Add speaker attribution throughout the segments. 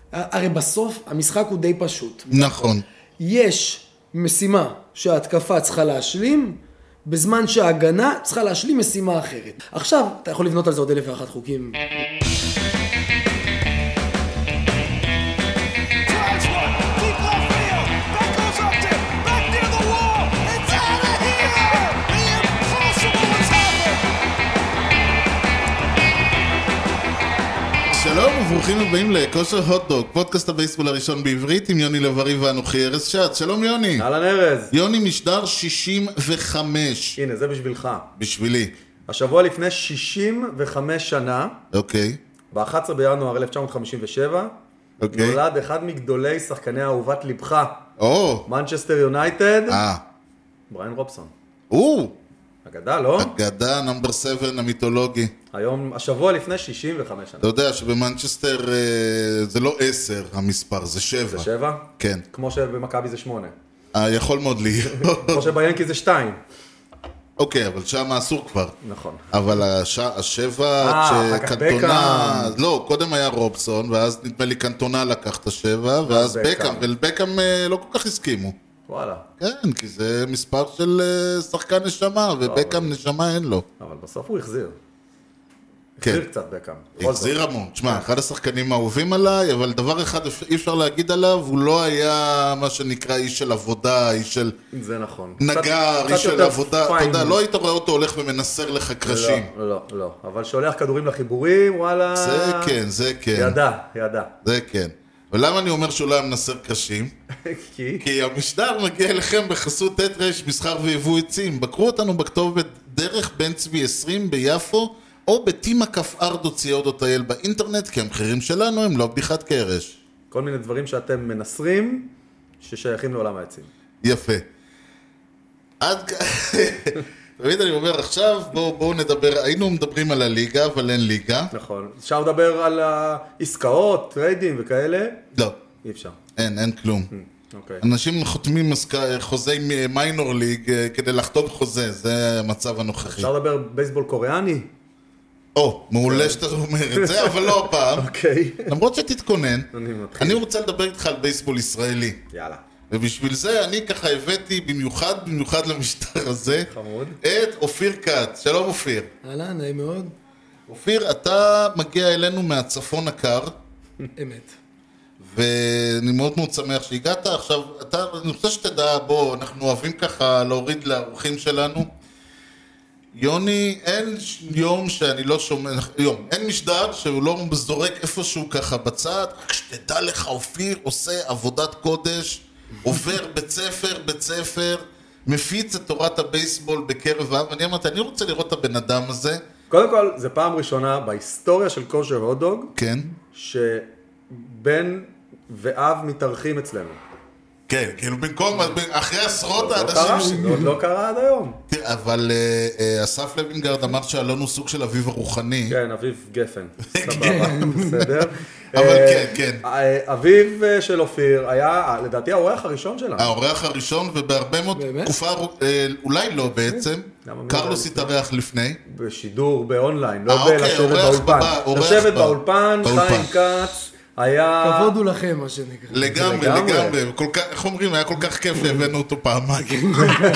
Speaker 1: הרי בסוף המשחק הוא די פשוט.
Speaker 2: נכון.
Speaker 1: יש משימה שההתקפה צריכה להשלים, בזמן שההגנה צריכה להשלים משימה אחרת. עכשיו, אתה יכול לבנות על זה עוד 1,001 חוקים.
Speaker 2: שלום וברוכים הבאים לכושר הוטדוג, פודקאסט הבייסבול הראשון בעברית עם יוני לב-ארי ואנוכי ארז שץ. שלום יוני.
Speaker 3: אהלן ארז.
Speaker 2: יוני משדר 65.
Speaker 3: הנה זה בשבילך.
Speaker 2: בשבילי.
Speaker 3: השבוע לפני 65 שנה,
Speaker 2: אוקיי.
Speaker 3: ב-11 בינואר 1957, נולד אחד מגדולי שחקני אהובת לבך, מנצ'סטר יונייטד, בריין רובסון. אגדה, לא?
Speaker 2: אגדה, נאמבר 7 המיתולוגי.
Speaker 3: היום, השבוע לפני 65 שנה.
Speaker 2: אתה יודע שבמנצ'סטר זה לא 10 המספר, זה 7.
Speaker 3: זה 7?
Speaker 2: כן.
Speaker 3: כמו שבמכבי זה 8.
Speaker 2: יכול מאוד להיות.
Speaker 3: כמו שביאנקי זה 2.
Speaker 2: אוקיי, אבל שם אסור כבר.
Speaker 3: נכון.
Speaker 2: אבל השבע, שקנטונה, לא, קודם היה רובסון, ואז נדמה לי קנטונה לקח את השבע, ואז בקאם, ולבקאם לא כל כך הסכימו.
Speaker 3: וואלה.
Speaker 2: כן, כי זה מספר של שחקן נשמה, ובקאם נשמה אין לו.
Speaker 3: אבל בסוף הוא החזיר.
Speaker 2: כן.
Speaker 3: החזיר קצת בקאם.
Speaker 2: החזיר המון. תשמע, אחד השחקנים האהובים עליי, אבל דבר אחד אי אפשר להגיד עליו, הוא לא היה מה שנקרא איש של עבודה, איש של...
Speaker 3: זה נכון.
Speaker 2: נגר, איש של עבודה. אתה יודע, לא היית רואה אותו הולך ומנסר לך קרשים.
Speaker 3: לא. אבל שולח כדורים לחיבורים, וואלה...
Speaker 2: זה כן.
Speaker 3: ידע.
Speaker 2: זה כן. ולמה אני אומר שהוא לא היה מנסר קרשים? כי המשדר מגיע אליכם בחסות תטרש, מסחר ויבוא עצים. בקרו אותנו בכתובת דרך בן צבי 20 ביפו, או בטימה.co.il באינטרנט, כי המחירים שלנו הם לא בדיחת קרש.
Speaker 3: כל מיני דברים שאתם מנסרים, ששייכים לעולם העצים.
Speaker 2: יפה. תמיד אני אומר, עכשיו בואו נדבר, היינו מדברים על הליגה, אבל אין ליגה.
Speaker 3: נכון. אפשר לדבר על העסקאות, טריידים וכאלה?
Speaker 2: לא.
Speaker 3: אי אפשר.
Speaker 2: אין כלום.
Speaker 3: אוקיי.
Speaker 2: אנשים חותמים חוזי מיינור ליג כדי לחתום חוזה, זה המצב הנוכחי.
Speaker 3: אפשר לדבר בייסבול קוריאני?
Speaker 2: מעולה שאתה אומר את זה, אבל לא הפעם.
Speaker 3: אוקיי.
Speaker 2: למרות שתתכונן,
Speaker 3: מתחיל.
Speaker 2: אני רוצה לדבר איתך על בייסבול ישראלי.
Speaker 3: יאללה.
Speaker 2: ובשביל זה אני ככה הבאתי במיוחד למשטר הזה,
Speaker 3: חמוד.
Speaker 2: את אופיר כץ. שלום אופיר.
Speaker 1: אהלן, נעים מאוד.
Speaker 2: אופיר, אתה מגיע אלינו מהצפון הקר.
Speaker 1: אמת.
Speaker 2: ואני מאוד מאוד שמח שהגעת. עכשיו, אני רוצה שתדע, אנחנו אוהבים ככה להוריד לאורחים שלנו. יוני, אין יום שאני לא שומע, אין משדר שהוא לא זורק איפשהו ככה בצד, רק שתדע לך, אופיר עושה עבודת קודש, עובר בית ספר, מפיץ את תורת הבייסבול בקרב העם, ואני אמרתי, אני רוצה לראות את הבן אדם הזה.
Speaker 3: קודם כל, זה פעם ראשונה בהיסטוריה של כושר הוטדוג,
Speaker 2: כן.
Speaker 3: שבן ואב מתארחים אצלנו.
Speaker 2: כן, כאילו במקום, אחרי עשרות האנשים...
Speaker 3: זה עוד לא קרה עד היום.
Speaker 2: תראה, אבל אסף לוינגרד אמר שאלון הוא סוג של אביו הרוחני.
Speaker 3: כן, אביו גפן. סבבה, בסדר.
Speaker 2: אבל כן.
Speaker 3: אביו של אופיר היה, לדעתי, האורח הראשון שלנו.
Speaker 2: האורח הראשון, ובהרבה מאוד תקופה, אולי לא בעצם, קרלוס התארח לפני.
Speaker 3: בשידור באונליין, לא בלשבת באולפן. לשבת באולפן, חיים כץ.
Speaker 1: כבוד הוא לכם, מה שנקרא.
Speaker 2: לגמרי. איך אומרים, היה כל כך כיף שהבאנו אותו פעמיים.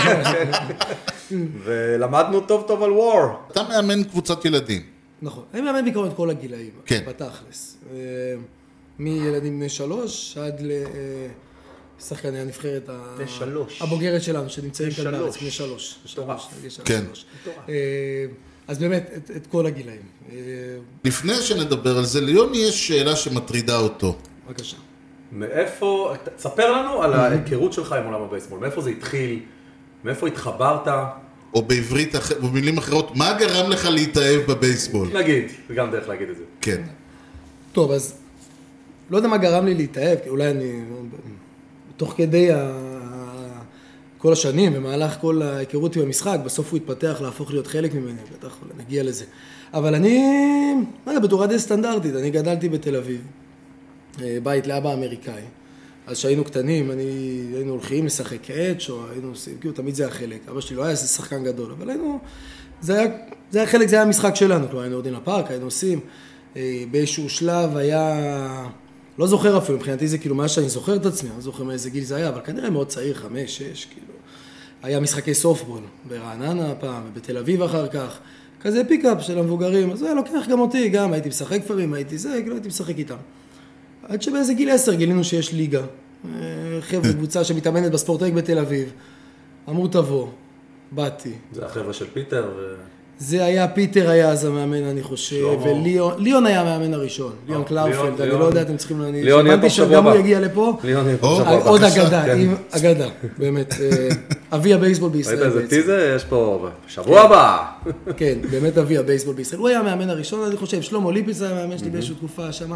Speaker 3: ולמדנו טוב על וור.
Speaker 2: אתה מאמן קבוצת ילדים.
Speaker 1: נכון. אני מאמן בעיקרון את כל הגילאים.
Speaker 2: כן.
Speaker 1: בתכלס. מילדים בני 3 עד לשחקני הנבחרת הבוגרת שלנו, שנמצאים כאן בארץ, בני 3.
Speaker 2: כן.
Speaker 1: אז באמת, את כל הגילאים.
Speaker 2: לפני שנדבר על זה, ליוני יש שאלה שמטרידה אותו.
Speaker 1: בבקשה.
Speaker 3: מאיפה, תספר לנו על ההיכרות שלך עם עולם הבייסבול, מאיפה זה התחיל, מאיפה התחברת?
Speaker 2: או בעברית, במילים אחרות, מה גרם לך להתאהב בבייסבול?
Speaker 3: נגיד, זה גם דרך להגיד את זה.
Speaker 2: כן.
Speaker 1: טוב, אז לא יודע מה גרם לי להתאהב, כי אולי אני, תוך כדי כל השנים, במהלך כל ההיכרות עם המשחק, בסוף הוא התפתח להפוך להיות חלק ממני, בטח נגיע לזה. אבל אני, בצורה די סטנדרטית, אני גדלתי בתל אביב, בית לאבא אמריקאי. אז שהיינו קטנים, היינו הולכים לשחק קאץ' או היינו עושים, כאילו תמיד זה היה חלק. אבא שלי לא היה איזה שחקן גדול, אבל זה היה חלק, זה היה המשחק שלנו. כלומר, היינו יורדים לפארק, היינו עושים. באיזשהו שלב היה לא זוכר אפילו, מבחינתי זה כאילו מה שאני זוכר את עצמי, אני לא זוכר מאיזה גיל זה היה, אבל כנראה מאוד צעיר, 5, 6, כאילו. היה משחקי סופטבול, ברעננה הפעם, ובתל אביב אחר כך, כזה פיקאפ של המבוגרים, אז זה לוקח גם אותי, גם הייתי משחק פעמים, הייתי משחק איתם. עד שבאיזה גיל 10 גילינו שיש ליגה, חבר'ה, קבוצה שמתאמנת בספורטק בתל אביב, אמרו תבוא, באתי.
Speaker 3: זה החבר'ה של פיטר
Speaker 1: זה היה, פיטר היה אז המאמן אני חושב, וליון היה המאמן הראשון, ליון קלאופלד, אני לא יודע, אתם צריכים להניח, שבנתי שגם הוא יגיע לפה, עוד אגדה, אגדה, באמת, אבי הבייסבול בישראל.
Speaker 3: ראית איזה טיזר? יש פה שבוע הבא.
Speaker 1: כן, באמת אבי הבייסבול בישראל, הוא היה המאמן הראשון, אני חושב, שלמה ליפיץ היה המאמן שלי באיזושהי תקופה שם,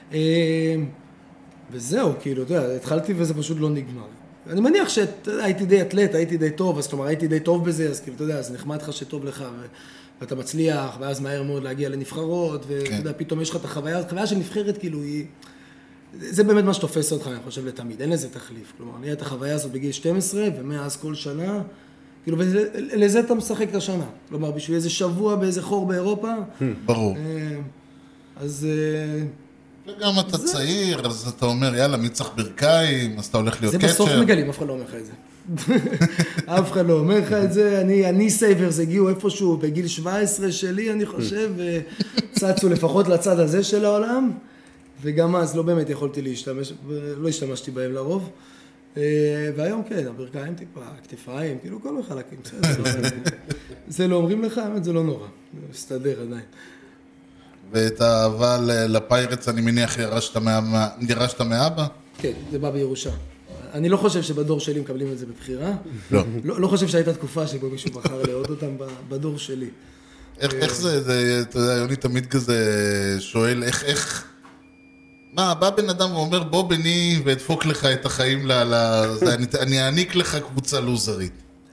Speaker 1: וזהו, כאילו, אתה יודע, התחלתי וזה פשוט לא נגמר. אני מניח שהייתי די אתלט, הייתי די טוב, אז כלומר הייתי די טוב בזה, אז כאילו, אתה יודע, אז נחמד לך שטוב לך, ואתה מצליח, ואז מהר מאוד להגיע לנבחרות, ואתה יודע, פתאום יש לך את החוויה של נבחרת, כאילו, זה באמת מה שתופס אותך, אני חושב, לתמיד, אין לזה תחליף. כלומר, אני את החוויה הזאת בגיל 12, ומאז כל שנה, כאילו, ולזה אתה משחק את השנה. כלומר, בשביל איזה שבוע באיזה חור באירופה.
Speaker 2: ברור.
Speaker 1: אז...
Speaker 2: וגם אתה צעיר, אז אתה אומר, יאללה, מי צריך ברכיים, אז אתה הולך להיות קצ'ר.
Speaker 1: זה בסוף מגלים, אף אחד לא אומר לך את זה. אף אחד לא אומר לך את זה, אני סייברס הגיעו איפשהו בגיל 17 שלי, אני חושב, וצצו לפחות לצד הזה של העולם, וגם אז לא באמת יכולתי להשתמש, לא השתמשתי בהם לרוב. והיום כן, הברכיים טיפה, הכתפיים, כאילו כל החלקים, זה לא אומרים לך, האמת זה לא נורא, מסתדר עדיין.
Speaker 2: ואת האהבה לפיירטס, אני מניח, ירשת מאבא?
Speaker 1: כן, זה בא בירושה. אני לא חושב שבדור שלי מקבלים את זה בבחירה.
Speaker 2: לא.
Speaker 1: לא חושב שהייתה תקופה שבו מישהו בחר לעוד אותם בדור שלי.
Speaker 2: איך זה, אתה יודע, יוני תמיד כזה שואל, איך... מה, בא בן אדם ואומר, בוא בני ואדפוק לך את החיים אני אעניק לך קבוצה לוזרית.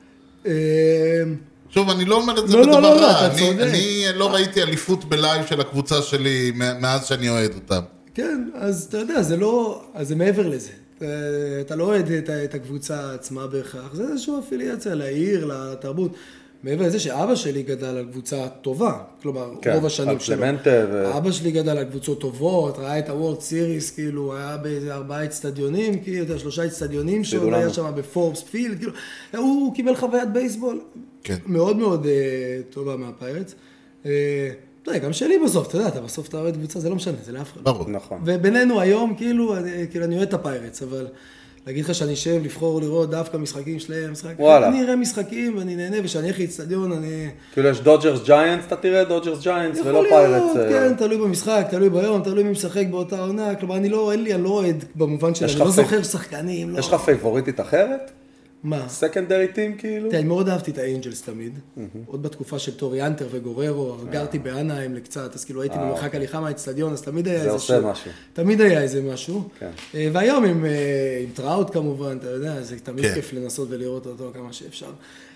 Speaker 2: שוב, אני לא אומר את זה בדבר רע, אני לא ראיתי אליפות בלייב של הקבוצה שלי מאז שאני אוהד אותם.
Speaker 1: כן, אז אתה יודע, זה לא, אז זה מעבר לזה. אתה לא אוהד את הקבוצה עצמה בהכרח, זה איזשהו אפיליאציה לעיר, לתרבות. מעבר לזה שאבא שלי גדל על קבוצה טובה, כלומר, רוב השנים שלו. אבא שלי גדל על קבוצות טובות, ראה את הוורד סיריס, כאילו, היה באיזה 4 אצטדיונים, כאילו, 3 אצטדיונים שעוד היה שם בפורבס פילד, כאילו, הוא קיבל חוויית בייסבול. מאוד מאוד טובה מהפיירטס. אתה יודע, גם שלי בסוף, אתה יודע, בסוף אתה אוהד קבוצה, זה לא משנה, זה לאף אחד.
Speaker 2: ברור.
Speaker 3: נכון.
Speaker 1: ובינינו היום, כאילו, אני אוהד את הפיירטס, אבל להגיד לך שאני אשב, לבחור לראות דווקא משחקים שלהם, אני אראה משחקים ואני נהנה, ושאני איך להצטדיון, אני...
Speaker 3: כאילו יש דודג'רס ג'יינטס, אתה תראה דודג'רס ג'יינטס ולא פיירטס.
Speaker 1: כן, תלוי במשחק, תלוי ביום, תלוי מי משחק באותה עונה, כלומר, אני לא אוהד במובן שלי, אני לא זוכר שחקנים,
Speaker 3: יש לך פייבוריטית אחרת?
Speaker 1: מה?
Speaker 3: סקנדרי טים כאילו?
Speaker 1: תראה, אני מאוד אהבתי את האנג'לס תמיד, עוד בתקופה של טורי אנטר וגוררו, גרתי באנהיים לקצת, אז כאילו הייתי במרחק הליכה מהאצטדיון, אז תמיד היה איזה
Speaker 3: משהו.
Speaker 1: תמיד היה איזה משהו. והיום עם טראוט כמובן, אתה יודע, זה תמיד כיף לנסות ולראות אותו כמה שאפשר.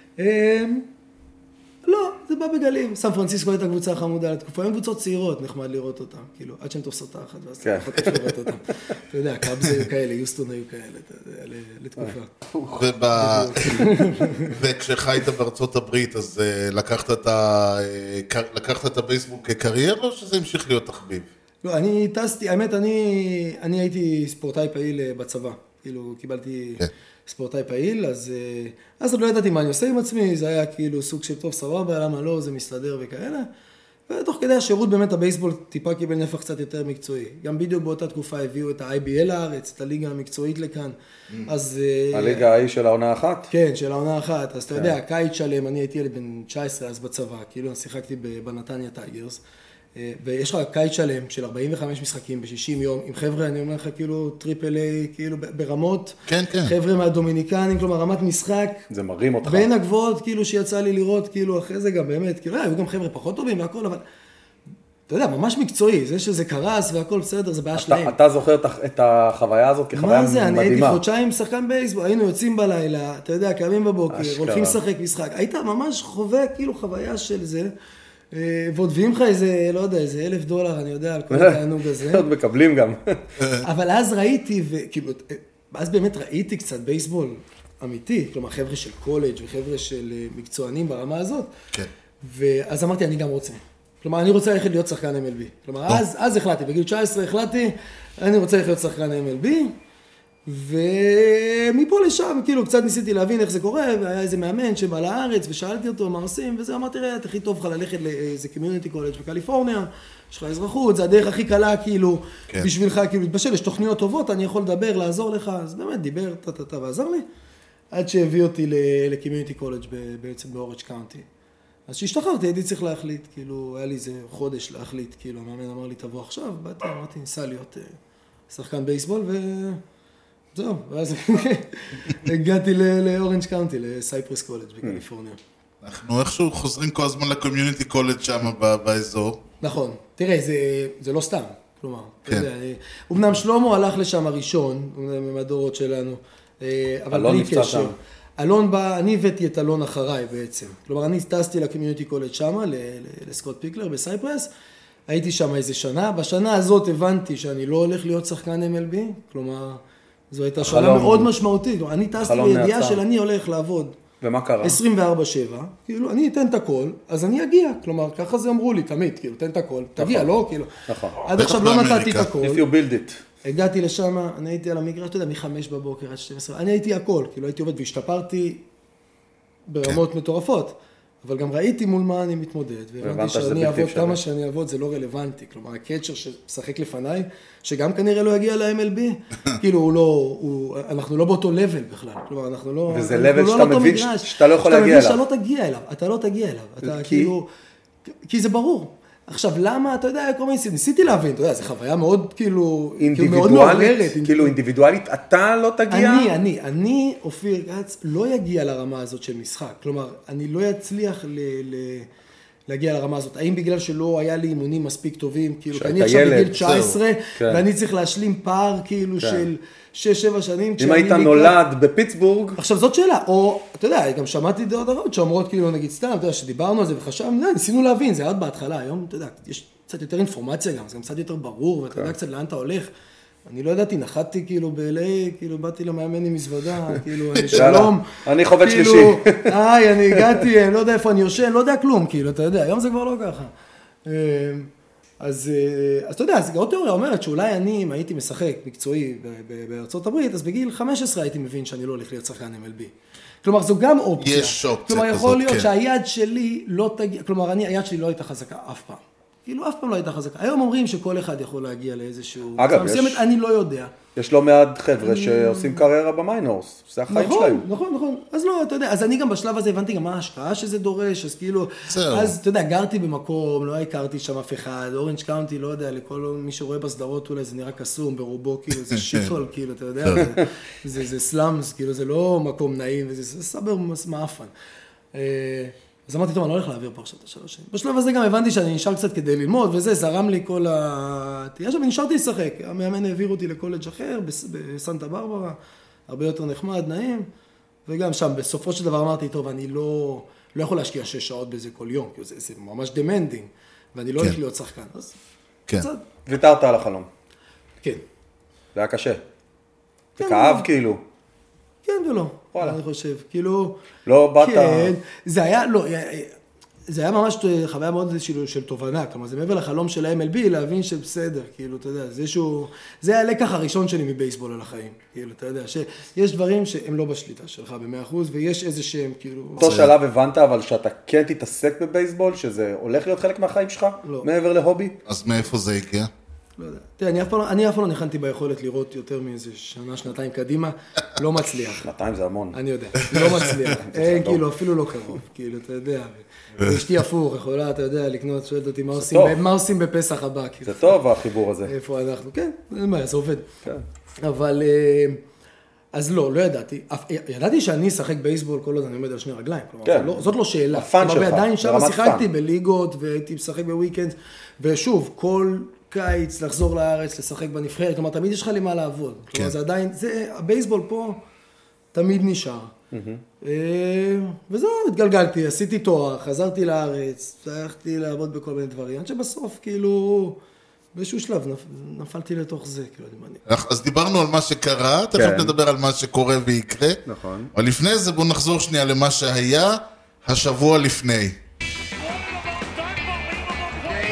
Speaker 1: לא, זה בא בגלים. סן פרנסיסקו הייתה קבוצה חמודה לתקופה, היום קבוצות צעירות, נחמד לראות אותם, כאילו, עד שהן תופסות האחת, ואז אתה יכול לראות אותם. אתה יודע, קאבס היו כאלה, יוסטון היו כאלה, אתה יודע, לתקופה.
Speaker 2: וכשחיית בארצות הברית, אז לקחת את הבייסבול כקריירה, או שזה המשיך להיות תחביב?
Speaker 1: לא, אני טסתי, האמת, אני הייתי ספורטאי פעיל בצבא, כאילו, קיבלתי... ספורטאי פעיל, אז עוד לא ידעתי מה אני עושה עם עצמי, זה היה כאילו סוג של טוב, סבבה, למה לא, זה מסתדר וכאלה. ותוך כדי השירות באמת הבייסבול טיפה קיבל נפח קצת יותר מקצועי. גם בדיוק באותה תקופה הביאו את ה-IBL לארץ, את הליגה המקצועית לכאן. אז...
Speaker 3: הליגה ההיא של העונה אחת?
Speaker 1: כן, של העונה אחת. אז אתה יודע, קיץ שלם, אני הייתי ילד בן 19 אז בצבא, כאילו אני שיחקתי בנתניה טייגרס. ויש לך קיץ שלם של 45 משחקים ב-60 יום, עם חבר'ה, אני אומר לך, כאילו, טריפל איי, כאילו, ברמות,
Speaker 2: כן, כן.
Speaker 1: חבר'ה מהדומיניקנים, כלומר, רמת משחק,
Speaker 3: זה מרים אותך.
Speaker 1: בין הגבוהות, כאילו, שיצא לי לראות, כאילו, אחרי זה גם באמת, כאילו, היו גם חבר'ה פחות טובים והכל, אבל, אתה יודע, ממש מקצועי, זה שזה קרס והכל בסדר, זה בעיה שלהם.
Speaker 3: אתה זוכר את החוויה הזאת כחוויה מדהימה.
Speaker 1: מה זה, אני הייתי חודשיים שחקן בייסבול, היינו יוצאים בלילה, אתה יודע, קמים בבוקר, הולכים לשחק משחק, היית ממש חווה, כאילו, חוויה של זה. ועוד מביאים לך איזה, לא יודע, איזה $1,000, אני יודע, על כל התענוג הזה.
Speaker 3: עוד מקבלים גם.
Speaker 1: אבל אז ראיתי, וכאילו, אז באמת ראיתי קצת בייסבול אמיתי, כלומר, חבר'ה של קולג' וחבר'ה של מקצוענים ברמה הזאת. כן. ואז אמרתי, אני גם רוצה. כלומר, אני רוצה ללכת להיות שחקן MLB. כלומר, אז החלטתי, בגיל 19 החלטתי, אני רוצה ללכת להיות שחקן MLB, ומפה לשם, כאילו, קצת ניסיתי להבין איך זה קורה, והיה איזה מאמן שבא לארץ, ושאלתי אותו מה עושים, וזה אמרתי, תראה, הכי טוב לך ללכת לאיזה קומיוניטי קולג' בקליפורניה, יש לך אזרחות, זה הדרך הכי קלה, כאילו, בשבילך, כאילו, להתבשל, יש תוכניות טובות, אני יכול לדבר, לעזור לך, אז באמת, דיבר, ועזר לי, עד שהביא אותי לקומיוניטי קולג' בעצם באורג' קאונטי. אז שהשתחררתי, הייתי צריך להחליט, כאילו, היה לי איזה חודש להחליט, כאילו, המאמן אמר לי, תבוא עכשיו, באתי, אמרתי, ניסה להיות שחקן בייסבול, וזהו, ואז הגעתי לאורנג' קאונטי, לסייפרס קולג' בקליפורניה.
Speaker 2: אנחנו איכשהו חוזרים כל הזמן לקומיוניטי קולג' שם באזור.
Speaker 1: נכון, תראה, זה לא סתם, כלומר, אתה יודע, אמנם שלמה הלך לשם הראשון, מהדורות שלנו, אבל בלי קשר. אלון בא, אני הבאתי את אלון אחריי בעצם. כלומר, אני טסתי לקומיוניטי קולג' שמה, לסקוט פיקלר בסייפרס, הייתי שם איזה שנה. בשנה הזאת הבנתי שאני לא הולך להיות שחקן MLB, כלומר, זו הייתה שנה מאוד משמעותית. אני טסתי לידיעה של אני הולך לעבוד.
Speaker 3: ומה קרה?
Speaker 1: 24/7, כאילו, אני אתן את הכל, אז אני אגיע. כלומר, ככה זה אמרו לי תמיד, כאילו, תן את הכל, תגיע, לא? כאילו, עד עכשיו לא נתתי את הכל.
Speaker 3: If you build it.
Speaker 1: הגעתי לשם, אני הייתי על המגרש, אתה יודע, מ-5 בבוקר עד 12, אני הייתי הכל, כאילו הייתי עובד והשתפרתי ברמות מטורפות, אבל גם ראיתי מול מה אני מתמודד, והבנתי שאני אעבוד כמה שאני אעבוד, זה לא רלוונטי, כלומר, הקצ'ר ששחק לפניי, שגם כנראה לא יגיע ל-MLB, כאילו אנחנו לא באותו לבל בכלל, כלומר, אנחנו לא...
Speaker 3: וזה לבל שאתה מבין שאתה לא יכול להגיע אליו.
Speaker 1: שאתה לא תגיע אליו, אתה לא תגיע אליו, אתה כאילו... כי זה ברור. עכשיו, למה, אתה יודע, ניסיתי להבין, אתה יודע, זו חוויה מאוד, כאילו, מאוד מעוררת.
Speaker 3: כאילו, אינדיבידואלית, אתה לא תגיע?
Speaker 1: אני, אופיר גץ, לא יגיע לרמה הזאת של משחק. כלומר, אני לא אצליח להגיע לרמה הזאת. האם בגלל שלא היה לי אימונים מספיק טובים, כאילו, אני עכשיו בגיל 19, ואני צריך להשלים פער, כאילו, של 6-7 שנים.
Speaker 3: אם היית נולד בפיטסבורג.
Speaker 1: עכשיו, זאת שאלה. או, אתה יודע, גם שמעתי דעות אחרות שאומרות, כאילו, נגיד סתם, אתה יודע, שדיברנו על זה וחשבנו, ניסינו להבין, זה היה עוד בהתחלה. היום, אתה יודע, יש קצת יותר אינפורמציה גם, זה גם קצת יותר ברור, ואתה יודע קצת לאן אתה הולך. אני לא ידעתי, נחתתי כאילו ב-LA, כאילו באתי למאמן עם מזוודה, כאילו, אני שלום.
Speaker 3: אני חובד שלישי.
Speaker 1: אני הגעתי, אני לא יודע איפה אני יושן, לא יודע כלום, כאילו, אתה יודע, היום זה כבר לא ככה. אז אתה יודע, אז עוד תיאוריה אומרת שאולי אני, אם הייתי משחק מקצועי בארצות הברית, אז בגיל 15 הייתי מבין שאני לא הולך להיות שחקן MLB. כלומר, זו גם אופציה.
Speaker 2: יש אופציה.
Speaker 1: כלומר, יכול להיות שהיד שלי לא תגיע, כלומר, היד שלי לא הייתה חזקה אף פעם. כאילו, אף פעם לא הייתה חזקה. היום אומרים שכל אחד יכול להגיע לאיזשהו...
Speaker 3: אגב,
Speaker 1: אני לא יודע.
Speaker 3: יש לא מעט חבר'ה שעושים קריירה במיינורס. זה החיים שלהם.
Speaker 1: נכון. אז לא, אתה יודע, אז אני גם בשלב הזה הבנתי גם מה ההשקעה שזה דורש, אז כאילו... אז אתה יודע, גרתי במקום, לא הכרתי שם אף אחד, אורנג' קאונטי, לא יודע, לכל מי שרואה בסדרות אולי זה נראה קסום, ברובו, כאילו, זה שיטול, כאילו, אתה יודע, זה סלאמס, כאילו, זה לא מקום נעים, זה סבר מאפן. אז אמרתי, טוב, אני לא הולך להעביר פה עכשיו את 3 שנים. בשלב הזה גם הבנתי שאני נשאר קצת כדי ללמוד, וזה זרם לי כל התהיה שם, ונשארתי לשחק. המאמן העביר אותי לקולג' אחר, בסנטה ברברה, הרבה יותר נחמד, נעים, וגם שם, בסופו של דבר אמרתי, טוב, אני לא יכול להשקיע 6 שעות בזה כל יום, כי זה ממש דמנדינג, ואני לא הולך להיות שחקן, אז קצת.
Speaker 3: ויתרת על החלום.
Speaker 1: כן.
Speaker 3: זה היה קשה. זה כאב כאילו.
Speaker 1: כן ולא, אני חושב, כאילו...
Speaker 3: לא באת...
Speaker 1: כן, זה היה ממש חוויה מאוד של תובנה, כלומר, זה מעבר לחלום של ה-MLB, להבין שבסדר, כאילו, אתה יודע, זה היה הלקח הראשון שלי מבייסבול על החיים, כאילו, אתה יודע, שיש דברים שהם לא בשליטה שלך ב100%, ויש איזה שהם, כאילו...
Speaker 3: אותו שלב הבנת, אבל שאתה כן תתעסק בבייסבול, שזה הולך להיות חלק מהחיים שלך, מעבר להובי?
Speaker 2: אז מאיפה זה הגיע?
Speaker 1: לא יודע. תראה, אני אף פעם לא ניחנתי ביכולת לראות יותר מאיזה שנה, שנתיים קדימה, לא מצליח.
Speaker 3: 2 זה המון.
Speaker 1: אני יודע, לא מצליח. אין, כאילו, אפילו לא קרוב, כאילו, אתה יודע. אשתי הפוך, יכולה, אתה יודע, לקנות, שואלת אותי, מה עושים בפסח הבא?
Speaker 3: זה טוב, החיבור הזה.
Speaker 1: איפה אנחנו? כן, זה עובד. אבל, אז לא ידעתי. ידעתי שאני אשחק בייסבול כל עוד אני עומד על 2 רגליים. זאת לא שאלה.
Speaker 3: הפאן שלך,
Speaker 1: ועדיין שם שיחקתי בליגות, והייתי משחק בוויקנד, ושוב, כל קיץ, לחזור לארץ, לשחק בנבחרת, כלומר, תמיד יש לך למה לעבוד. כלומר, זה עדיין, הבייסבול פה תמיד נשאר. וזהו, התגלגלתי, עשיתי תואר, חזרתי לארץ, הלכתי לעבוד בכל מיני דברים, עד שבסוף, כאילו, באיזשהו שלב נפלתי לתוך זה, כאילו, אני מניח.
Speaker 2: אז דיברנו על מה שקרה, תכף נדבר על מה שקורה ויקרה.
Speaker 3: נכון.
Speaker 2: אבל לפני זה, בואו נחזור שנייה למה שהיה השבוע לפני.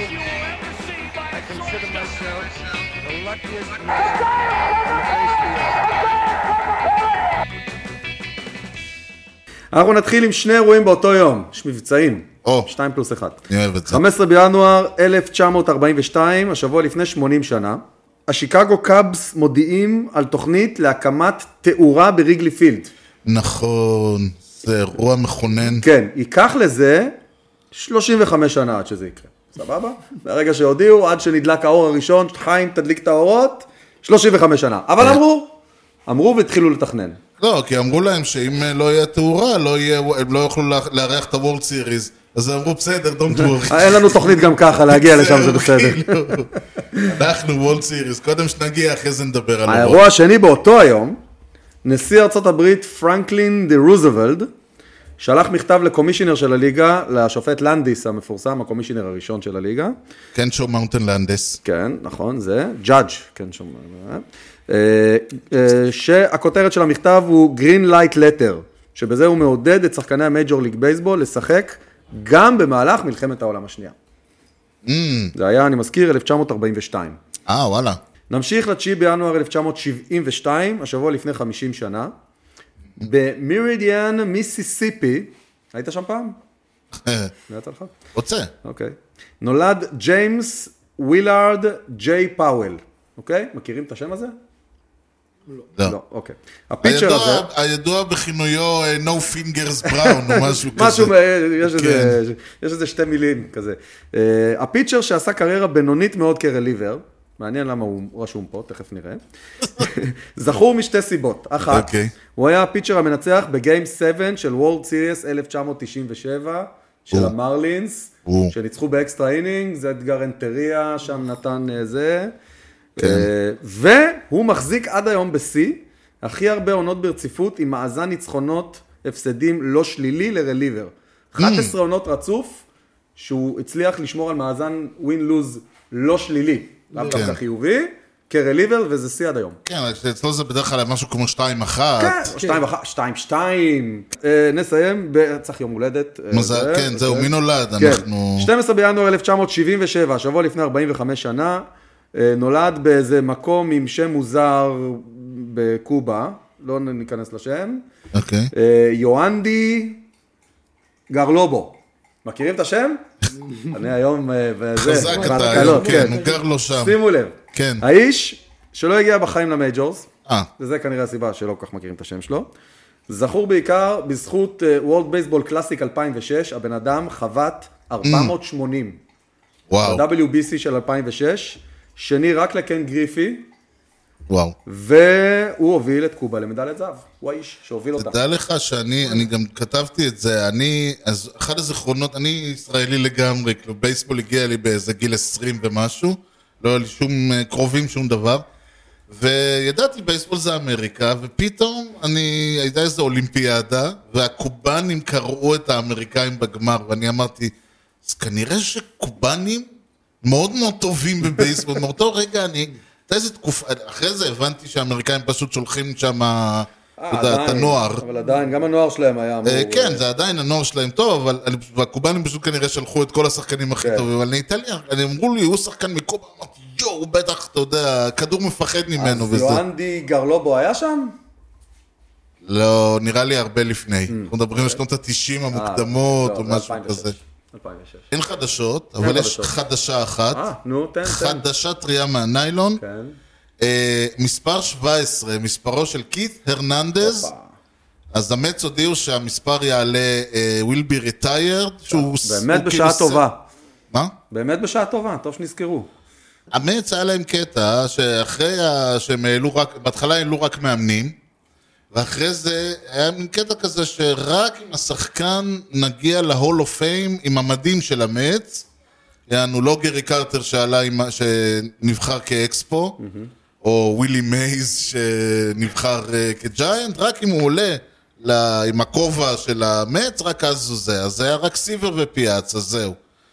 Speaker 3: אנחנו נתחיל עם שני אירועים באותו יום, יש מבצעים, 2+1.
Speaker 2: אני אוהב את זה.
Speaker 3: 15 בינואר 1942, השבוע לפני 80 שנה, השיקגו קאבס מודיעים על תוכנית להקמת תאורה בריגלי פילד.
Speaker 2: נכון, זה אירוע מכונן.
Speaker 3: כן, ייקח לזה 35 שנה עד שזה יקרה. סבבה? ברגע שהודיעו, עד שנדלק האור הראשון, חיים תדליק את האורות, 35 שנה. אבל אמרו והתחילו לתכנן.
Speaker 2: לא, כי אמרו להם שאם לא יהיה תאורה, הם לא יוכלו לארח את הוורלד סיריז. אז אמרו, בסדר, don't worry.
Speaker 3: אין לנו תוכנית גם ככה, להגיע לשם זה בסדר.
Speaker 2: אנחנו וורלד סיריז, קודם שנגיע, אחרי זה נדבר על
Speaker 3: האירוע השני באותו היום, נשיא ארצות הברית פרנקלין דה רוזוולד, שלח מכתב לקומישיונר של הליגה, לשופט לנדיס המפורסם, הקומישיונר הראשון של הליגה.
Speaker 2: קנשו מאונטן לנדיס.
Speaker 3: כן, נכון, זה. ג'אדג', קנשו. שהכותרת של המכתב הוא Green Light Letter, שבזה הוא מעודד את שחקני המייג'ור ליג בייסבול לשחק גם במהלך מלחמת העולם השנייה. זה היה, אני מזכיר, 1942.
Speaker 2: וואלה.
Speaker 3: נמשיך ל9 בינואר 1972, השבוע לפני 50 שנה, במירידיאן, מיסיסיפי, היית שם פעם? נראית לך?
Speaker 2: רוצה.
Speaker 3: אוקיי. נולד ג'יימס ווילארד ג'יי פאוול, אוקיי? מכירים את השם הזה?
Speaker 2: לא.
Speaker 3: לא, אוקיי. הפיצ'ר הזה...
Speaker 2: הידוע בכינויו No Fingers Brown או משהו כזה.
Speaker 3: משהו, יש איזה שתי מילים כזה. הפיצ'ר שעשה קריירה בינונית מאוד כרליבר, מעניין למה הוא רשום פה, תכף נראה. זכור משתי סיבות. אחת, הוא היה הפיצ'ר המנצח בגיים 7 של וורד סיריס 1997, של המרלינס, שניצחו באקסטרה אינינג, זה אדגר אנטריה, שם נתן זה. והוא מחזיק עד היום בסי, הכי הרבה עונות ברציפות, עם מאזן ניצחונות הפסדים לא שלילי לרליבר. 11 עונות רצוף, שהוא הצליח לשמור על מאזן ווין-לוז לא שלילי. לאו דווקא חיובי, כרליבר, וזה שיא עד היום.
Speaker 2: כן, אצלו זה בדרך כלל משהו כמו 2-1.
Speaker 3: כן, 2-2. נסיים, צריך יום הולדת.
Speaker 2: כן, זהו, מי נולד? אנחנו...
Speaker 3: 12 בינואר 1977, שבוע לפני 45 שנה, נולד באיזה מקום עם שם מוזר בקובה, לא ניכנס לשם.
Speaker 2: אוקיי.
Speaker 3: יואנדי גרלובו. מכירים את השם? אני היום בזה.
Speaker 2: חזק אתה היום, כן, הוא גר לו שם.
Speaker 3: שימו לב.
Speaker 2: כן.
Speaker 3: האיש שלא הגיע בחיים למייג'ורס, וזה כנראה הסיבה שלא כל כך מכירים את השם שלו, זכור בעיקר בזכות World Baseball Classic 2006, הבן אדם חוות 480.
Speaker 2: וואו.
Speaker 3: ב-WBC של 2006, שני רק לקן גריפי,
Speaker 2: וואו.
Speaker 3: והוא הוביל את קובה למדליית זהב. הוא האיש שהוביל אותה.
Speaker 2: תדע לך שאני גם כתבתי את זה, אז אחד הזיכרונות, אני ישראלי לגמרי, בייסבול הגיע לי באיזה גיל 20 ומשהו, לא היה לי שום קרובים, שום דבר, וידעתי בייסבול זה אמריקה, ופתאום הייתה איזו אולימפיאדה, והקובנים קראו את האמריקאים בגמר, ואני אמרתי, אז כנראה שקובנים מאוד מאוד טובים בבייסבול, מאותו רגע איזה תקופה, אחרי זה הבנתי שהאמריקאים פשוט שולחים שם את הנוער.
Speaker 3: אבל עדיין, גם הנוער שלהם היה אמור...
Speaker 2: כן, זה עדיין הנוער שלהם טוב, אבל הקובנים פשוט כנראה שלחו את כל השחקנים הכי טובים, אבל אני אמרו לי, הוא שחקן מקובה, אמרתי, הוא בטח, אתה יודע, כדור מפחד ממנו.
Speaker 3: אז יואנדי גרלובו היה שם?
Speaker 2: לא, נראה לי הרבה לפני. אנחנו מדברים על שנות ה-90 המוקדמות, או משהו כזה.
Speaker 3: 2006.
Speaker 2: אין חדשות, אבל יש חדשה אחת.
Speaker 3: נו, תן.
Speaker 2: חדשה טריה מהניילון.
Speaker 3: כן.
Speaker 2: מספר 17, מספרו של קית' הרננדז. אז המץ הודיעו שהמספר יעלה will be retired.
Speaker 3: באמת בשעה טובה.
Speaker 2: מה?
Speaker 3: באמת בשעה טובה, טוב שנזכרו.
Speaker 2: המץ היה להם קטע שאחרי שהם העלו רק, בהתחלה העלו רק מאמנים. ואחרי זה היה מין קטע כזה שרק אם השחקן נגיע להול אוף פיים עם המדים של המץ, יענו לא גרי קרטר שנבחר כאקספו, או ווילי מייז שנבחר כג'יינט, רק אם הוא עולה עם הכובע של המץ, רק אז זה. אז זה היה רק סיבר ופיאץ, אז זהו.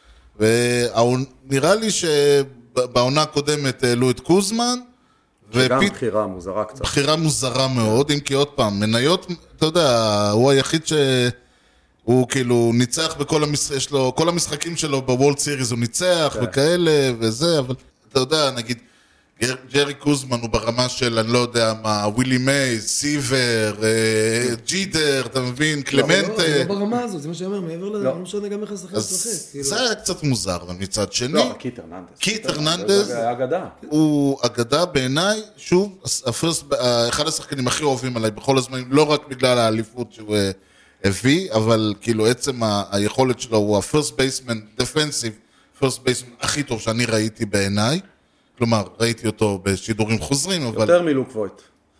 Speaker 2: ונראה לי שבעונה הקודמת העלו את קוזמן,
Speaker 3: גם בחירה מוזרה קצת.
Speaker 2: בחירה מוזרה מאוד, אם כי עוד פעם, מניות, אתה יודע, הוא היחיד שהוא כאילו ניצח בכל כל המשחקים שלו בוולד סיריז הוא ניצח וכאלה וזה, אבל אתה יודע, נגיד, ג'רי קוזמן הוא ברמה של, אני לא יודע מה, ווילי מייז, סיבר, ג'ידר, אתה מבין, קלמנטה.
Speaker 1: לא ברמה הזאת, זה מה שאני אומר, מעבר לזה, לא משנה גם איך לשחק.
Speaker 2: זה היה קצת מוזר, אבל מצד שני...
Speaker 3: לא, קיט הרננדז.
Speaker 2: קיט הרננדז הוא אגדה בעיניי, שוב, אחד השחקנים הכי אוהבים עליי בכל הזמנים, לא רק בגלל האליפות שהוא הביא, אבל כאילו עצם היכולת שלו הוא הפרסט בייסמן, דפנסיב, פרסט בייסמן הכי טוב שאני ראיתי בעיניי. כלומר, ראיתי אותו בשידורים חוזרים, אבל...
Speaker 3: יותר מלוק וויט.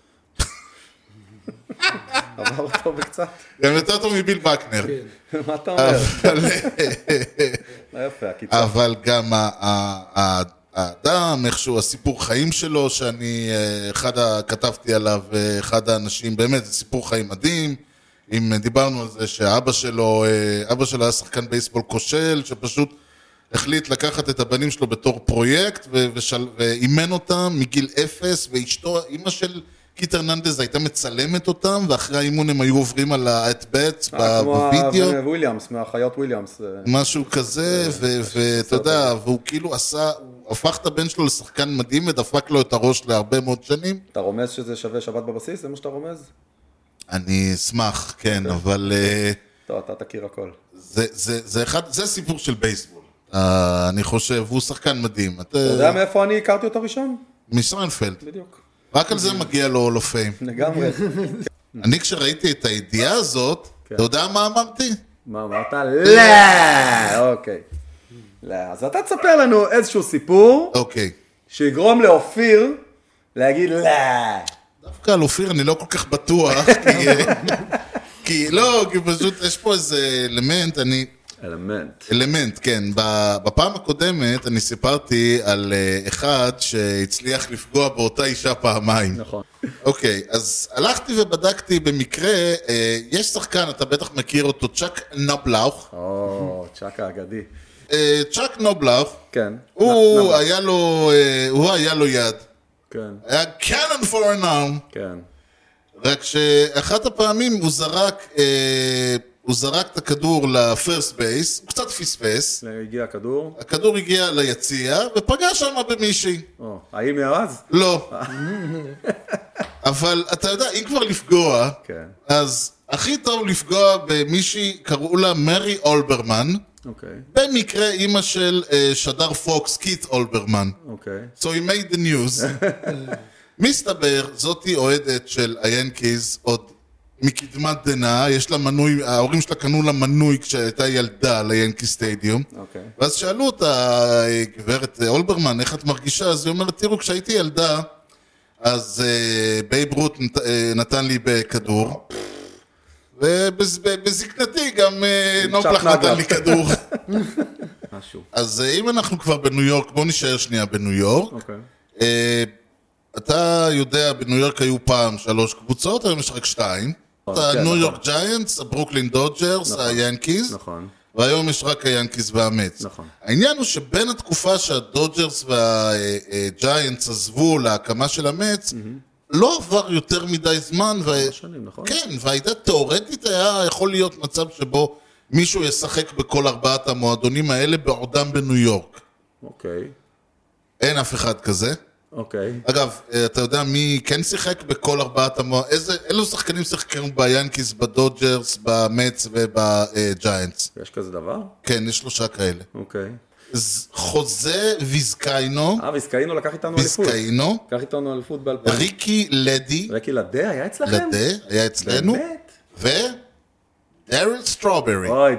Speaker 3: עבר אותו בקצת.
Speaker 2: גם יותר טוב מביל בקנר.
Speaker 3: מה אתה אומר? יפה, הקיצר.
Speaker 2: אבל גם האדם, איכשהו הסיפור חיים שלו, שאני כתבתי עליו, אחד האנשים, באמת, זה סיפור חיים מדהים. אם דיברנו על זה שאבא שלו היה שחקן בייסבול כושל, שפשוט... החליט לקחת את הבנים שלו בתור פרויקט, ואימן אותם מגיל 0, ואשתו, אמא של קיט הרננדז הייתה מצלמת אותם, ואחרי האימון הם היו עוברים על האט-בטס בווידאו.
Speaker 3: כמו וויליאמס, מהחיות וויליאמס.
Speaker 2: משהו כזה, ואתה יודע, והוא כאילו הוא הפך את הבן שלו לשחקן מדהים, ודפק לו את הראש להרבה מאוד שנים.
Speaker 3: אתה רומז שזה שווה שבת בבסיס? זה מה שאתה רומז?
Speaker 2: אני אשמח, כן, אבל...
Speaker 3: טוב, אתה תכיר הכל.
Speaker 2: זה סיפור של בייסבול. אני חושב, הוא שחקן מדהים.
Speaker 3: אתה יודע מאיפה אני הכרתי אותו ראשון?
Speaker 2: מסיינפלד.
Speaker 3: בדיוק.
Speaker 2: רק על זה מגיע לו הול אוף פיים.
Speaker 3: לגמרי.
Speaker 2: אני כשראיתי את הידיעה הזאת, אתה יודע מה אמרתי?
Speaker 3: מה אמרת? לא! אוקיי. לא, אז אתה תספר לנו איזשהו סיפור,
Speaker 2: אוקיי.
Speaker 3: שיגרום לאופיר להגיד לא.
Speaker 2: דווקא על אופיר אני לא כל כך בטוח, כי פשוט יש פה איזה אלמנט, אלמנט, כן. בפעם הקודמת אני סיפרתי על אחד שהצליח לפגוע באותה אישה פעמיים.
Speaker 3: נכון.
Speaker 2: אוקיי, אז הלכתי ובדקתי במקרה, יש שחקן, אתה בטח מכיר אותו, צ'אק נובלאוך.
Speaker 3: צ'אק האגדי.
Speaker 2: צ'אק נובלאוך,
Speaker 3: כן.
Speaker 2: הוא היה לו יד.
Speaker 3: כן.
Speaker 2: היה cannon for an arm.
Speaker 3: כן.
Speaker 2: רק שאחת הפעמים הוא זרק את הכדור לפרסט בייס, הוא קצת פספס.
Speaker 3: הגיע הכדור?
Speaker 2: הכדור הגיע ליציע ופגע שם במישהי.
Speaker 3: האם ירז?
Speaker 2: לא. אבל אתה יודע, אם כבר לפגוע,
Speaker 3: כן.
Speaker 2: אז הכי טוב לפגוע במישהי, קראו לה מרי אולברמן.
Speaker 3: אוקיי.
Speaker 2: במקרה אימא של שדר פוקס, קיט אולברמן.
Speaker 3: אוקיי.
Speaker 2: So he made the news. מסתבר, זאתי אוהדת של היאנקיז, עוד מקדמת דנה, יש לה מנוי, ההורים שלה קנו לה מנוי כשהייתה ילדה ליאנקי סטדיום.
Speaker 3: אוקיי.
Speaker 2: ואז שאלו אותה, גברת אולברמן, איך את מרגישה? אז היא אומרת, תראו, כשהייתי ילדה, אז בייב רות נתן לי בכדור, ובזקנתי גם נובלך נתן לי כדור. אז אם אנחנו כבר בניו יורק, בואו נשאר שנייה בניו יורק.
Speaker 3: אוקיי.
Speaker 2: אתה יודע, בניו יורק היו פעם 3 קבוצות, היום יש רק 2. הניו יורק ג'יינטס, הברוקלין דודג'רס, היאנקיז.
Speaker 3: נכון.
Speaker 2: והיום יש רק היאנקיז והמץ.
Speaker 3: נכון.
Speaker 2: העניין הוא שבין התקופה שהדודג'רס והג'יינטס עזבו להקמה של המץ, לא עבר יותר מדי זמן.
Speaker 3: שנים, נכון?
Speaker 2: כן, והייתה תיאורטית היה יכול להיות מצב שבו מישהו ישחק בכל 4 המועדונים האלה בעודם בניו יורק.
Speaker 3: אוקיי.
Speaker 2: אין אף אחד כזה.
Speaker 3: אוקיי.
Speaker 2: אגב, אתה יודע מי כן שיחק בכל 4 המועדונים? אילו שחקנים שיחקנו ביאנקיס, בדודג'רס, במץ ובג'יינטס?
Speaker 3: יש כזה דבר?
Speaker 2: כן, יש 3 כאלה.
Speaker 3: אוקיי.
Speaker 2: חוזה ויזקאינו.
Speaker 3: ויזקאינו לקח איתנו אליפות.
Speaker 2: ויזקאינו.
Speaker 3: לקח איתנו אליפות ב-2000.
Speaker 2: ריקי לדי.
Speaker 3: ריקי לדי היה אצלכם?
Speaker 2: לדי, היה אצלנו.
Speaker 3: באמת?
Speaker 2: ודרל סטרוברי.
Speaker 3: אוי,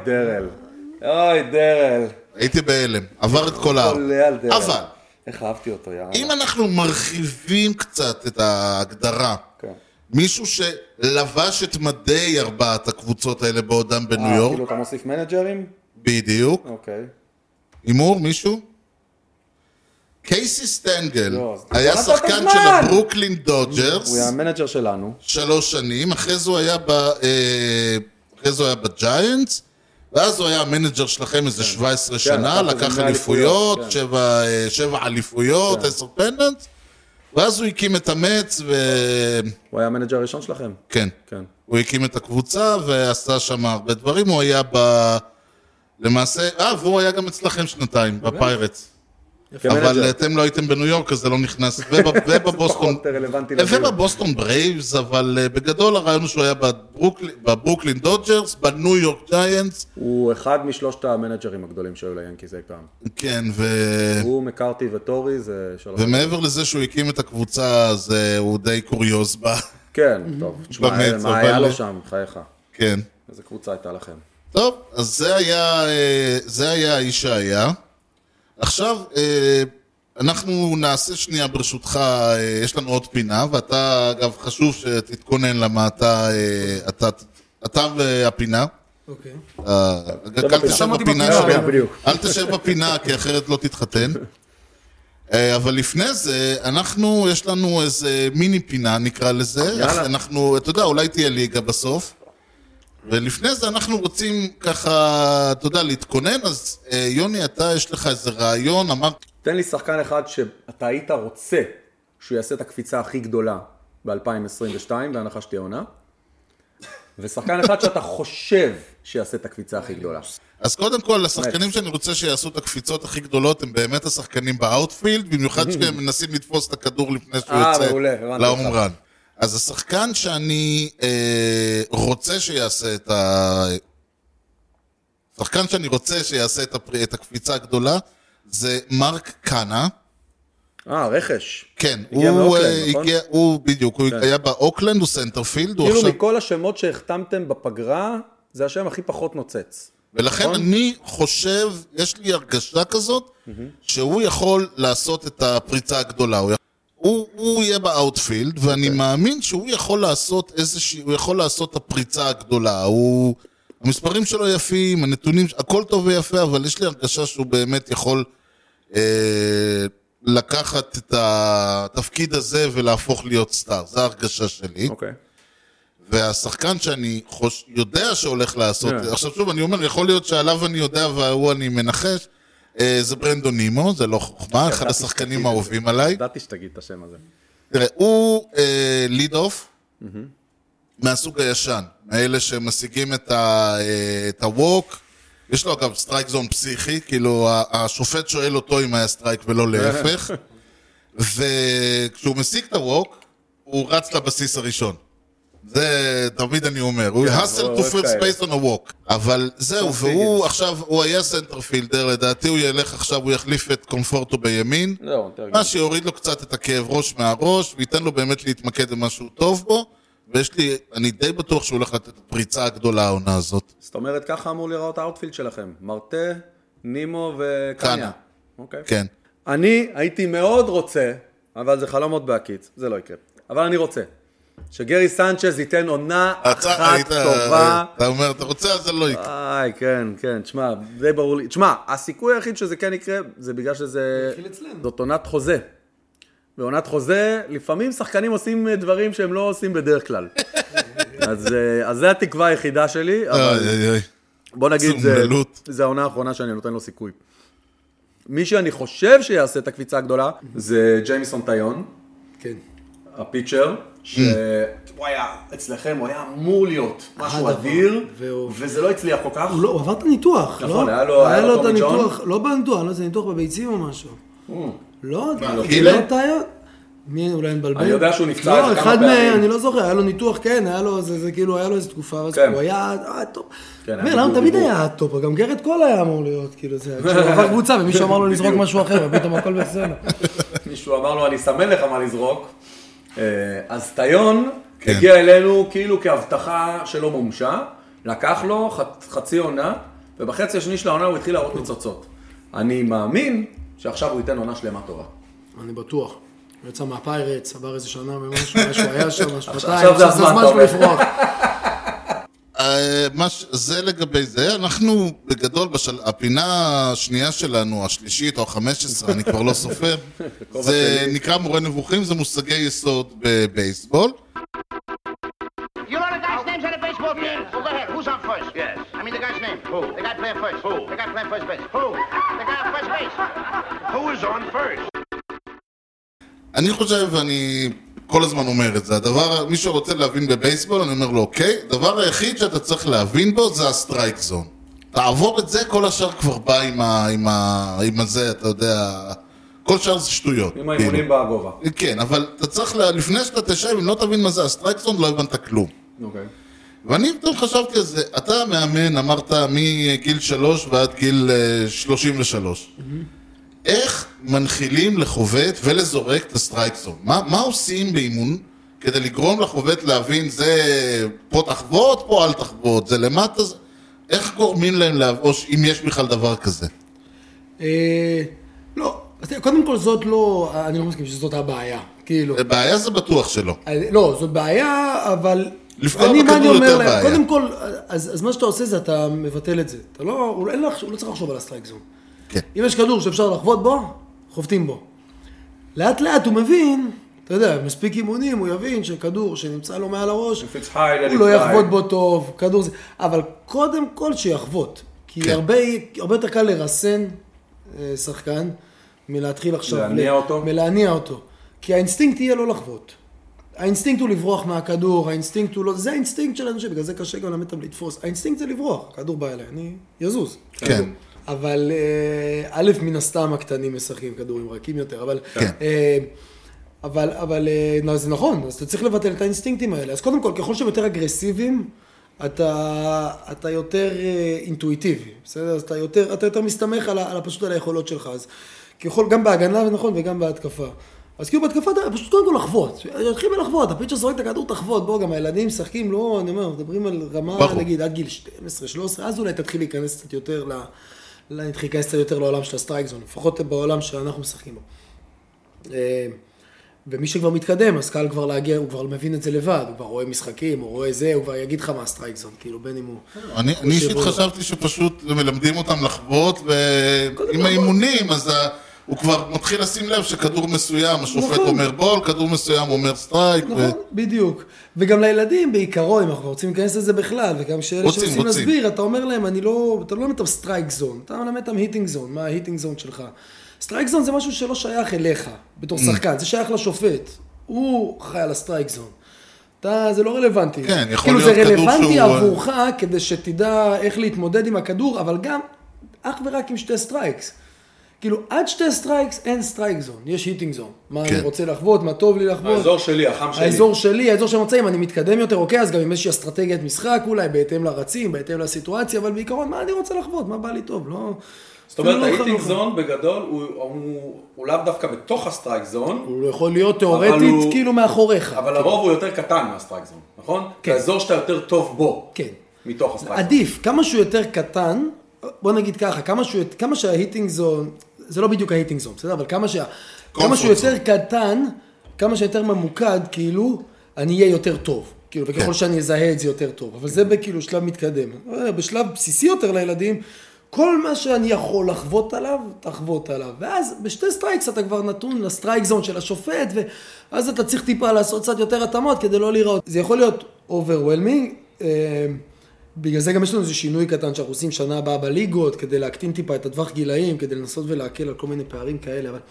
Speaker 3: דרל.
Speaker 2: הייתי בהלם. עבר את כל הארץ. אבל.
Speaker 3: איך אהבתי אותו, יאללה.
Speaker 2: אם אנחנו מרחיבים קצת את ההגדרה,
Speaker 3: כן.
Speaker 2: מישהו שלבש את מדי 4 הקבוצות האלה בעודם בניו יורק.
Speaker 3: כאילו אתה מוסיף מנג'רים?
Speaker 2: בדיוק.
Speaker 3: אוקיי.
Speaker 2: אימור, מישהו? קייסי סטנגל
Speaker 3: לא,
Speaker 2: היה שחקן של הברוקלין דודג'רס.
Speaker 3: הוא היה המנג'ר שלנו.
Speaker 2: 3 שנים, אחרי זה הוא היה בג'יינטס, ואז הוא היה המנג'ר שלכם איזה 17 שנה, לקח אליפויות, 7 אליפויות, 10 פנדנטס, ואז הוא הקים את המץ
Speaker 3: הוא היה המנג'ר הראשון שלכם?
Speaker 2: כן. הוא הקים את הקבוצה ועשה שם הרבה דברים, הוא היה למעשה, והוא היה גם אצלכם 2 בפיירטס. אבל אתם לא הייתם בניו יורק, אז זה לא נכנס. ובבוסטון ברייבס, אבל בגדול הרעיון הוא שהוא היה בברוקלין דודג'רס, בניו יורק ג'יינטס.
Speaker 3: הוא אחד משלושת המנג'רים הגדולים שהיו ליאנקיז אי פעם.
Speaker 2: כן,
Speaker 3: הוא, מקארתי וטורי, זה שלוש.
Speaker 2: ומעבר לזה שהוא הקים את הקבוצה, אז הוא די קוריוז בה.
Speaker 3: כן, טוב. תשמע, מה היה לו שם, חייך.
Speaker 2: כן.
Speaker 3: איזה קבוצה הייתה לכם.
Speaker 2: טוב, אז זה היה האיש שהיה. עכשיו, אנחנו נעשה שנייה ברשותך, יש לנו עוד פינה, ואתה, אגב, חשוב שתתכונן למה אתה והפינה.
Speaker 1: אוקיי.
Speaker 2: אל תשב בפינה, כי אחרת לא תתחתן. אבל לפני זה, יש לנו איזה מיני פינה, נקרא לזה. אתה יודע, אולי תהיה ליגה בסוף. ולפני זה אנחנו רוצים ככה, אתה יודע, להתכונן, אז יוני, יש לך איזה רעיון,
Speaker 3: תן לי שחקן אחד שאתה היית רוצה שהוא יעשה את הקפיצה הכי גדולה ב-2022, בהנחה שתהיה עונה, ושחקן אחד שאתה חושב שיעשה את הקפיצה הכי גדולה.
Speaker 2: אז קודם כל, השחקנים שאני רוצה שיעשו את הקפיצות הכי גדולות, הם באמת השחקנים באוטפילד, במיוחד שהם מנסים לתפוס את הכדור לפני שהוא יוצא להומרן. אז השחקן שאני רוצה שיעשה את הקפיצה הגדולה, זה מרק קאנה.
Speaker 3: רכש.
Speaker 2: כן, הוא בדיוק, הוא היה באוקלנד, הוא סנטרפילד.
Speaker 3: כאילו מכל השמות שהחתמתם בפגרה, זה השם הכי פחות נוצץ.
Speaker 2: ולכן אני חושב, יש לי הרגשה כזאת, שהוא יכול לעשות את הפריצה הגדולה. הוא יהיה באוטפילד, ואני מאמין שהוא יכול לעשות את הפריצה הגדולה. המספרים שלו יפים, הנתונים, הכל טוב ויפה, אבל יש לי הרגשה שהוא באמת יכול לקחת את התפקיד הזה ולהפוך להיות סטאר. זו ההרגשה שלי.
Speaker 3: אוקיי.
Speaker 2: והשחקן שאני יודע שהולך לעשות, עכשיו שוב אני אומר, יכול להיות שעליו אני יודע והוא אני מנחש, זה ברנדון נימו, זה לא חוכמה, אחד השחקנים האהובים עליי.
Speaker 3: ידעתי שתגיד את השם הזה.
Speaker 2: תראה, הוא ליד אוף מהסוג הישן, מאלה שמשיגים את הווק, יש לו אגב סטרייק זון פסיכי, כאילו השופט שואל אותו אם היה סטרייק ולא להפך, וכשהוא משיג את הווק, הוא רץ לבסיס הראשון. זה תמיד אני אומר, הוא hustle to first space on a walk, אבל זהו, והוא עכשיו, הוא היה סנטרפילדר, לדעתי הוא ילך עכשיו, הוא יחליף את קומפורטו בימין, מה שיוריד לו קצת את הכאב ראש מהראש, וייתן לו באמת להתמקד במשהו טוב בו, אני די בטוח שהוא הולך לתת את הפריצה הגדולה העונה הזאת.
Speaker 3: זאת אומרת, ככה אמור לראות האוטפילד שלכם, מרטה, נימו וקניה.
Speaker 2: כן.
Speaker 3: אני הייתי מאוד רוצה, אבל זה חלומות בהקיץ, זה לא יקרה, אבל אני רוצה. שגרי סנצ'ז ייתן עונה אחת טובה.
Speaker 2: אתה אומר, אתה רוצה, אז זה לא יקרה.
Speaker 3: כן, תשמע, די ברור לי. תשמע, הסיכוי היחיד שזה כן יקרה, זה בגלל זאת עונת חוזה. בעונת חוזה, לפעמים שחקנים עושים דברים שהם לא עושים בדרך כלל. אז זה התקווה היחידה שלי. בוא נגיד, זה העונה האחרונה שאני נותן לו סיכוי. מי שאני חושב שיעשה את הקפיצה הגדולה, זה ג'יימיסון טיון.
Speaker 1: כן.
Speaker 3: הפיצ'ר, שהוא היה אצלכם, הוא היה אמור להיות משהו אדיר, וזה לא הצליח כל כך.
Speaker 1: הוא עבר את הניתוח, לא?
Speaker 3: נכון, היה לו
Speaker 1: את הניתוח, לא בניתוח, זה ניתוח בביצים או משהו. לא, לא טיון. מי אולי מבלבל?
Speaker 3: אני יודע שהוא נפצע
Speaker 1: לא, אחד מהם, אני לא זוכר, היה לו ניתוח, כן, היה לו, זה כאילו, היה לו איזו תקופה, הוא היה טופ. למה תמיד היה טופ, גם גרד קול היה אמור להיות, כאילו, זה, כשהוא עבר קבוצה, ומישהו אמר לו לזרוק משהו אחר, ופתאום הכל בסדר.
Speaker 3: מישהו אמר לו, אני אסמן לך מה לזרוק. אז טיון הגיע אלינו כאילו כהבטחה שלא מומשה, לקח לו חצי עונה, ובחצי השני של העונה הוא התחיל להראות ניצוצות. אני מאמין שעכשיו הוא ייתן עונה שלמה טובה.
Speaker 1: אני בטוח. הוא יצא מהפיירטס, עבר איזה שנה ומשהו, משהו היה שם,
Speaker 3: עכשיו זה הזמן טוב.
Speaker 1: לפרוח.
Speaker 2: זה לגבי זה, אנחנו בגדול, הפינה השנייה שלנו, השלישית או ה-15, אני כבר לא סופר, זה נקרא מורה נבוכים, זה מושגי יסוד בבייסבול.
Speaker 4: You know the guy's names on the baseball team? Well, go ahead. Who's on first? Yes. I mean the guy's name. Who? The guy playing first. Who? The guy playing first base. Who? The guy on first base. Who is on first?
Speaker 2: אני חושב, ואני כל הזמן אומר את זה, מי שרוצה להבין בבייסבול, אני אומר לו, אוקיי, הדבר היחיד שאתה צריך להבין בו זה הסטרייק זון. תעבור את זה, כל השאר כבר בא עם הזה, אתה יודע, כל שאר זה שטויות.
Speaker 3: עם האימונים בגובה.
Speaker 2: כן, אבל אתה צריך, לפני שאתה תשב, אם לא תבין מה זה הסטרייקסון, לא הבנת כלום.
Speaker 3: אוקיי.
Speaker 2: ואני פתאום חשבתי על זה, אתה מאמן, אמרת, מגיל 3 ועד גיל 33. איך מנחילים לחובט ולזורק את הסטרייקסון? מה עושים באימון כדי לגרום לחובט להבין, זה פה תחבוט, פה אל תחבוט, זה למטה, איך גורמים להם להבוש, אם יש בכלל דבר כזה?
Speaker 1: לא, קודם כל זאת לא, אני לא מסכים שזאת הבעיה, כאילו.
Speaker 2: בעיה זה בטוח שלא.
Speaker 1: לא, זאת בעיה, אבל...
Speaker 2: לפגוע בכדור יותר בעיה.
Speaker 1: קודם כל, אז מה שאתה עושה זה, אתה מבטל את זה. אתה לא, הוא לא צריך לחשוב על הסטרייק זון.
Speaker 2: כן.
Speaker 1: אם יש כדור שאפשר לחבוט בו, חובטים בו. לאט לאט הוא מבין, אתה יודע, מספיק אימונים, הוא יבין שכדור שנמצא לו מעל הראש, הוא לא יחבוט בו טוב, כדור זה... אבל קודם כל שיחבוט. כי הרבה יותר קל לרסן שחקן, מלהתחיל עכשיו... מלהניע אותו. כי האינסטינקט יהיה לא לחבוט. האינסטינקט הוא לברוח מהכדור, האינסטינקט הוא לא... זה האינסטינקט של אנשים, בגלל זה קשה גם למתם לתפוס. האינסטינקט זה לברוח, הכדור בא אליי, אני יזוז.
Speaker 2: כן.
Speaker 1: אבל א', מן הסתם הקטנים משחקים כדורים רכים יותר, אבל זה נכון, אז אתה צריך לבטל את האינסטינקטים האלה. אז קודם כל, ככל שהם יותר אגרסיביים, אתה יותר אינטואיטיבי, בסדר? אז אתה יותר מסתמך פשוט על היכולות שלך. אז ככל, גם בהגנה, ונכון, וגם בהתקפה. אז כאילו בהתקפה אתה פשוט קודם כל לחוות, יתחיל בלחוות, הפיצ'ר זורק את הכדור תחוות, בוא גם הילדים משחקים, לא, אני אומר, מדברים על רמה, נגיד, עד גיל 12-13, אז אולי תתחיל להיכנס קצת יותר, להיכנס קצת יותר לעולם של הסטרייק זון, לפחות בעולם שאנחנו משחקים בו. ומי שכבר מתקדם, אז קל כבר להגיע, הוא כבר מבין את זה לבד, הוא כבר רואה משחקים, הוא רואה זה, הוא כבר יגיד לך מה הסטרייק זון, כאילו בין אם הוא...
Speaker 2: אני אישית חשבתי שפשוט מלמדים אותם לחוות, ועם האימונים, אז הוא כבר מתחיל לשים לב שכדור מסוים, השופט אומר בול, כדור מסוים אומר סטרייק.
Speaker 1: נכון, בדיוק. וגם לילדים בעיקרו, אם אנחנו רוצים להיכנס לזה בכלל, וגם שאלה שרוצים להסביר, אתה אומר להם, אתה לא מלמד אותם סטרייק זון, אתה מלמד אותם היטינג זון, מה ההיטינג זון שלך. סטרייק זון זה משהו שלא שייך אליך, בתור שחקן, זה שייך לשופט. הוא חי על הסטרייק זון. זה לא רלוונטי.
Speaker 2: כן, יכול להיות כדור שהוא...
Speaker 1: כאילו זה רלוונטי עבורך כדי שתדע איך להתמודד עם הכדור, אבל גם אך ורק עם שתי סטרייקס. כאילו, עד שתי סטרייקס אין סטרייק זון, יש היטינג זון. מה אני רוצה לחוות, מה טוב לי לחוות.
Speaker 3: האזור שלי, החם שלי.
Speaker 1: האזור שלי, האזור שמוצאים, אני מתקדם יותר, אוקיי, אז גם עם איזושהי אסטרטגיית משחק, אולי בהתאם לרצים, בהתאם לסיטואציה, אבל בעיקרון, מה אני רוצה לחוות, מה בא לי טוב, לא...
Speaker 3: זאת אומרת, ההיטינג זון בגדול, הוא לאו דווקא בתוך הסטרייק זון.
Speaker 1: הוא יכול להיות תיאורטית כאילו מאחוריך.
Speaker 3: אבל הרוב הוא יותר קטן מהסטרייק זון, נכון? כן. האזור שאתה יותר טוב בו.
Speaker 1: כן.
Speaker 3: מתוך הסטרייק זון.
Speaker 1: עדיף, כמה שהוא יותר קטן, בוא נגיד ככה, כמה שההיטינג זון, זה לא בדיוק ההיטינג זון, בסדר? אבל כמה שהוא יותר קטן, כמה שיותר ממוקד, כאילו, אני אהיה יותר טוב. כאילו, וככל שאני אזהה את זה יותר טוב. אבל זה בכאילו שלב מתקדם. בשלב בסיסי יותר לילדים, כל מה שאני יכול לחוות עליו, תחוות עליו. ואז בשתי סטרייקס אתה כבר נתון לסטרייק זון של השופט, ואז אתה צריך טיפה לעשות קצת יותר התאמות כדי לא לראות. זה יכול להיות overwhelming, בגלל זה גם יש לנו איזה שינוי קטן שאנחנו עושים שנה הבאה בליגות, כדי להקטין טיפה את הטווח גילאים, כדי לנסות ולהקל על כל מיני פערים כאלה. אבל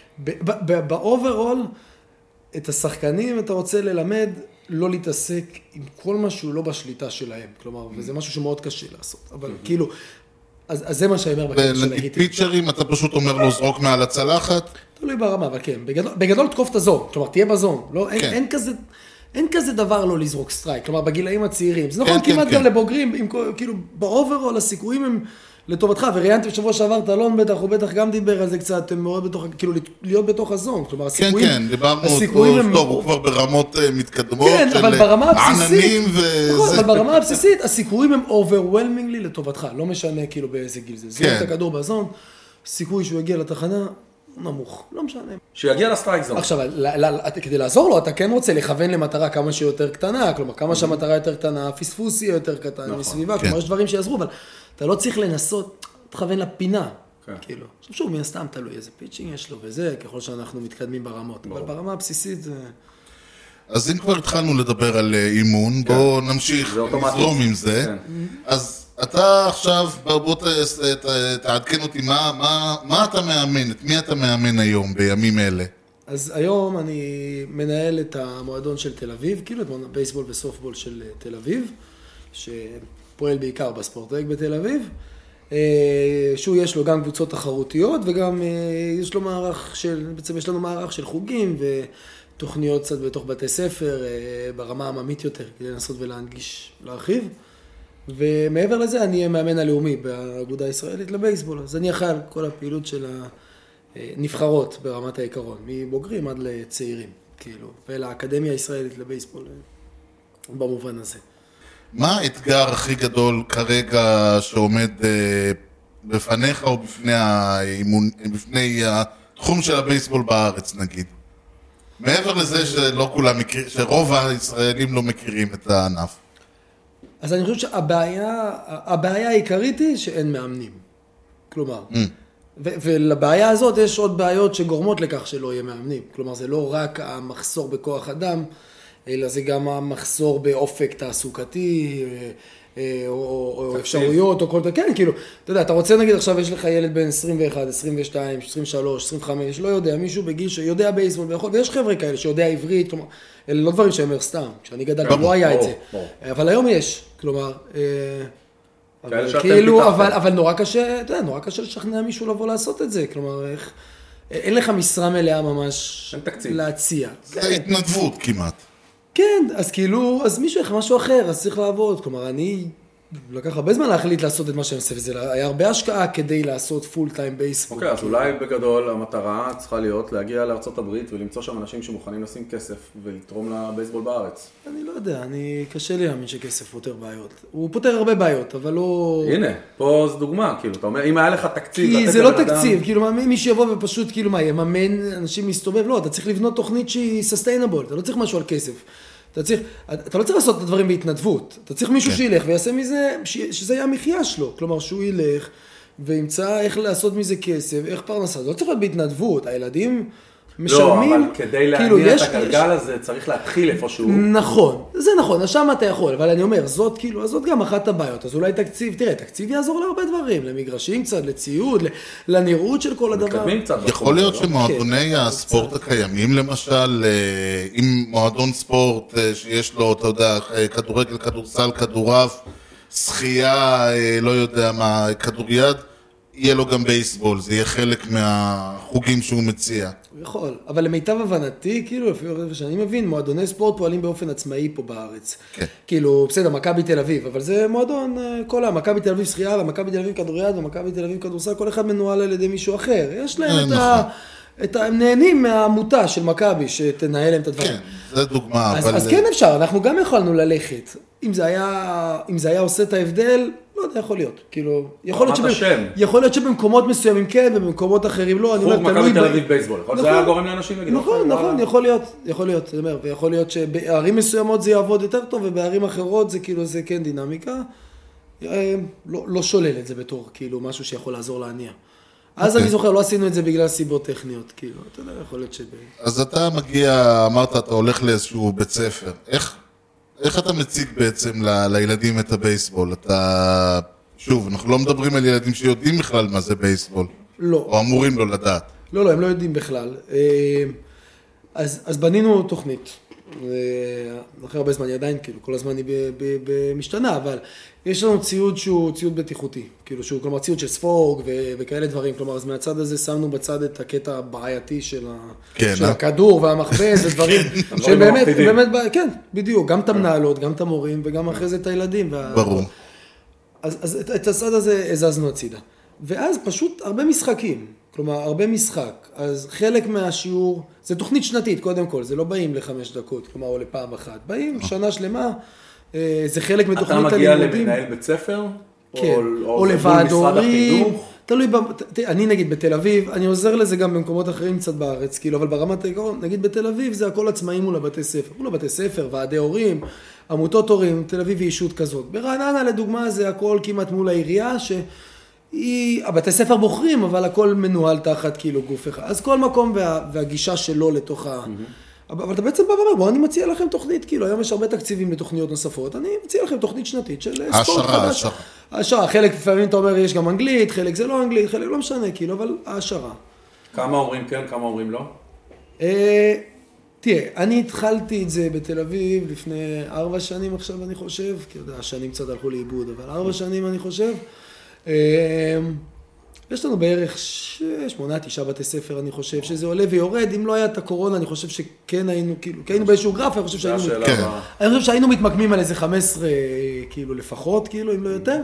Speaker 1: באוברול, את השחקנים אתה רוצה ללמד לא להתעסק עם כל משהו לא בשליטה שלהם. כלומר, וזה משהו שמאוד קשה לעשות. אבל כאילו, אז זה מה שאומר בקטע של ההיטים.
Speaker 2: פיצ'רים אתה פשוט אומר לו זרוק מעל הצלחת?
Speaker 1: תלוי ברמה, אבל כן. בגדול תקוף את הזון. כלומר, תהיה בזון. אין כזה דבר לא לזרוק סטרייק, כלומר בגילים הצעירים. זה נכון כמעט גם לבוגרים, כאילו באוברול הסיכויים הם לטובתך, וראיינתי בשבוע שעבר את אלון בטח, הוא בטח גם דיבר על זה קצת, הם מאוד בתוך, כאילו להיות בתוך הזון, כלומר הסיכויים...
Speaker 2: כן, דיברנו טוב, הוא כבר ברמות מתקדמות של עננים וזה...
Speaker 1: נכון, אבל ברמה הבסיסית, הסיכויים הם overwhelmingly לטובתך, לא משנה כאילו באיזה גיל זה. זורק את הכדור בזון, סיכוי שהוא יגיע לתחנה... נמוך, לא משנה.
Speaker 3: שיגיע לסטרייק זון.
Speaker 1: עכשיו, כדי לעזור לו, אתה כן רוצה לכוון למטרה כמה שיותר קטנה, כלומר, כמה שהמטרה יותר קטנה, הפספוס יהיה יותר קטן מסביבה, כלומר, יש דברים שיעזרו, אבל אתה לא צריך לנסות, תכוון לפינה, כאילו. עכשיו שוב, מן הסתם תלוי איזה פיצ'ינג יש לו וזה, ככל שאנחנו מתקדמים ברמות, אבל ברמה הבסיסית זה...
Speaker 2: אז אם כבר התחלנו לדבר על אימון, בואו נמשיך לזרום עם זה. אז אתה עכשיו, בוא תעדכן אותי, מה אתה מאמן? את מי אתה מאמן היום, בימים אלה?
Speaker 1: אז היום אני מנהל את המועדון של תל אביב, כאילו את בייסבול וסופטבול של תל אביב, שפועל בעיקר בספורטק בתל אביב. שהוא יש לו גם קבוצות תחרותיות, וגם יש לו בעצם יש לנו מערך של חוגים ותוכניות קצת בתוך בתי ספר, ברמה עממית יותר, כדי לנסות ולהנגיש, להרחיב. ומעבר לזה, אני מאמן הלאומי באגודה הישראלית לבייסבול, אז אני אחראי על כל הפעילות של הנבחרות ברמת העיקרון, מבוגרים עד לצעירים, כאילו, ולאקדמיה הישראלית לבייסבול, במובן הזה.
Speaker 2: מה האתגר הכי גדול כרגע שעומד בפניך או בפני התחום של הבייסבול בארץ, נגיד? מעבר לזה שלא כולם מכירים, שרוב הישראלים לא מכירים את הענף.
Speaker 1: אז אני חושב שהבעיה העיקרית היא שאין מאמנים. כלומר, ולבעיה הזאת יש עוד בעיות שגורמות לכך שלא יהיה מאמנים. כלומר, זה לא רק המחסור בכוח אדם, אלא זה גם המחסור באופק תעסוקתי, או אפשרויות, או כל דבר. כן, כאילו, אתה יודע, אתה רוצה נגיד עכשיו יש לך ילד בן 21, 22, 23, 25, לא יודע, מישהו בגיל שיודע בייסבול ויכול, ויש חבר'ה כאלה שיודע עברית, כלומר, אלה לא דברים שאומר סתם, כשאני גדלתי לא היה את זה. אבל היום יש, כלומר, כאילו, אבל נורא קשה, אתה יודע, נורא קשה לשכנע מישהו לבוא לעשות את זה, כלומר, אין לך משרה מלאה ממש להציע.
Speaker 2: זה התנדבות כמעט.
Speaker 1: כן, אז כאילו, אז מישהו איך משהו אחר, אז צריך לעבוד. כלומר, אני לקח הרבה זמן להחליט לעשות את מה שאני עושה, וזה היה הרבה השקעה כדי לעשות פול טיים בייסבול.
Speaker 3: אוקיי, אז אולי בגדול המטרה צריכה להיות להגיע לארצות הברית ולמצוא שם אנשים שמוכנים לשים כסף ולתרום לבייסבול בארץ.
Speaker 1: אני לא יודע, קשה לי להאמין שכסף פותר בעיות. הוא פותר הרבה בעיות, אבל לא...
Speaker 3: הנה, פה זו דוגמה, כאילו, אתה אומר, אם היה לך תקציב...
Speaker 1: כי זה לא תקציב, כאילו, מי שיבוא ופשוט, כאילו, מה, יממן אנשים להסתובב? לא, אתה צריך לבנות תוכנית שהיא sustainable, אתה לא צריך משהו על כסף. אתה לא צריך לעשות את הדברים בהתנדבות, אתה צריך מישהו שילך ויעשה מזה, שזה יהיה המחיה שלו, כלומר שהוא ילך וימצא איך לעשות מזה כסף, איך פרנסה, זה לא צריך להיות בהתנדבות, הילדים משלמים,
Speaker 3: לא, אבל כדי להניע את הגלגל הזה צריך להתחיל איפשהו.
Speaker 1: נכון, זה נכון, שם אתה יכול, אבל אני אומר, זאת כאילו, זאת גם אחת הבעיות, אז אולי תקציב, תראה, תקציב יעזור להרבה דברים, למגרשים קצת, לציוד, לנראות של כל הדבר.
Speaker 2: יכול להיות שמועדוני הספורט הקיימים, למשל, אם מועדון ספורט שיש לו, אתה יודע, כדורגל, כדורסל, כדורעף, שחייה, לא יודע מה, כדוריד, יהיה לו גם בייסבול, זה יהיה חלק מהחוגים שהוא מציע.
Speaker 1: הוא יכול, אבל למיטב הבנתי, כאילו, לפי הרבה שאני מבין, מועדוני ספורט פועלים באופן עצמאי פה בארץ.
Speaker 2: כן.
Speaker 1: כאילו, בסדר, מכבי תל אביב, אבל זה מועדון, מכבי תל אביב שחייה, ומכבי תל אביב כדוריד, ומכבי תל אביב כדורסל, כל אחד מנוהל על ידי מישהו אחר. יש להם הם נהנים מהעמותה של מכבי, שתנהל להם את הדברים.
Speaker 2: כן, זה דוגמה, אבל...
Speaker 1: אז כן אפשר, אנחנו גם יכולנו ללכת. אם זה היה עושה את ההבדל, לא יודע, יכול להיות. כאילו, יכול להיות שבמקומות מסוימים כן, ובמקומות אחרים לא.
Speaker 3: חוג מכבי תל אביב בייסבול. זה היה גורם לאנשים להגיד.
Speaker 1: נכון, יכול להיות. ויכול להיות שבערים מסוימות זה יעבוד יותר טוב, ובערים אחרות זה כאילו, זה כן דינמיקה. לא שולל את זה בתור, כאילו, משהו שיכול לעזור להניע. אז אני זוכר, לא עשינו את זה בגלל סיבות טכניות, כאילו, אתה יודע, יכול להיות
Speaker 2: אז אתה מגיע, אמרת, אתה הולך לאיזשהו בית ספר. איך אתה מציג בעצם לילדים את הבייסבול? אתה, שוב, אנחנו לא מדברים על ילדים שיודעים בכלל מה זה בייסבול.
Speaker 1: לא.
Speaker 2: או אמורים לא לדעת.
Speaker 1: לא, הם לא יודעים בכלל. אז בנינו תוכנית. אחרי הרבה זמן, היא עדיין, כאילו, כל הזמן היא במשתנה, אבל יש לנו ציוד שהוא ציוד בטיחותי, כאילו, שהוא, כלומר, ציוד של ספורג וכאלה דברים, כלומר, אז מהצד הזה שמנו בצד את הקטע הבעייתי של הכדור והמחבז, ודברים שבאמת, כן, בדיוק, גם את המנהלות, גם את המורים, וגם אחרי זה את הילדים.
Speaker 2: ברור.
Speaker 1: אז את הצד הזה הזזנו הצידה. ואז פשוט הרבה משחקים. כלומר, הרבה משחק. אז חלק מהשיעור, זה תוכנית שנתית, קודם כל, זה לא באים ל5 דקות, כלומר, או לפעם אחת. באים שנה שלמה, זה חלק מתוכנית הלימודים.
Speaker 3: אתה מגיע למנהל בית ספר?
Speaker 1: כן, או לוועד הורים. תלוי, אני נגיד בתל אביב, אני עוזר לזה גם במקומות אחרים קצת בארץ, כאילו, אבל ברמת העיקרון, נגיד בתל אביב, זה הכל עצמאים מול הבתי ספר. מול הבתי ספר, ועדי הורים, עמותות הורים, תל אביב היא אישות כזאת. ברעננה, לדוגמה, זה הכל כמעט מול העירייה, הבתי ספר בוחרים, אבל הכל מנוהל תחת כאילו גוף אחד. אז כל מקום והגישה שלו לתוך אבל אתה בעצם בא ואומר, בואו אני מציע לכם תוכנית, כאילו היום יש הרבה תקציבים לתוכניות נוספות, אני מציע לכם תוכנית שנתית של ספורט חדש. העשרה, חלק לפעמים אתה אומר, יש גם אנגלית, חלק זה לא אנגלית, חלק לא משנה, כאילו, אבל העשרה.
Speaker 3: כמה אומרים כן, כמה אומרים לא?
Speaker 1: תראה, אני התחלתי את זה בתל אביב לפני 4 שנים עכשיו, אני חושב, כי יודע, השנים קצת הלכו לאיבוד, אבל 4 שנים אני חושב. יש לנו בערך 8-9 בתי ספר, אני חושב שזה עולה ויורד. אם לא היה את הקורונה, אני חושב שכן היינו, כאילו, כי היינו באיזשהו גרף, אני חושב שהיינו מתמקמים על איזה 15, כאילו, לפחות, כאילו, אם לא יותר.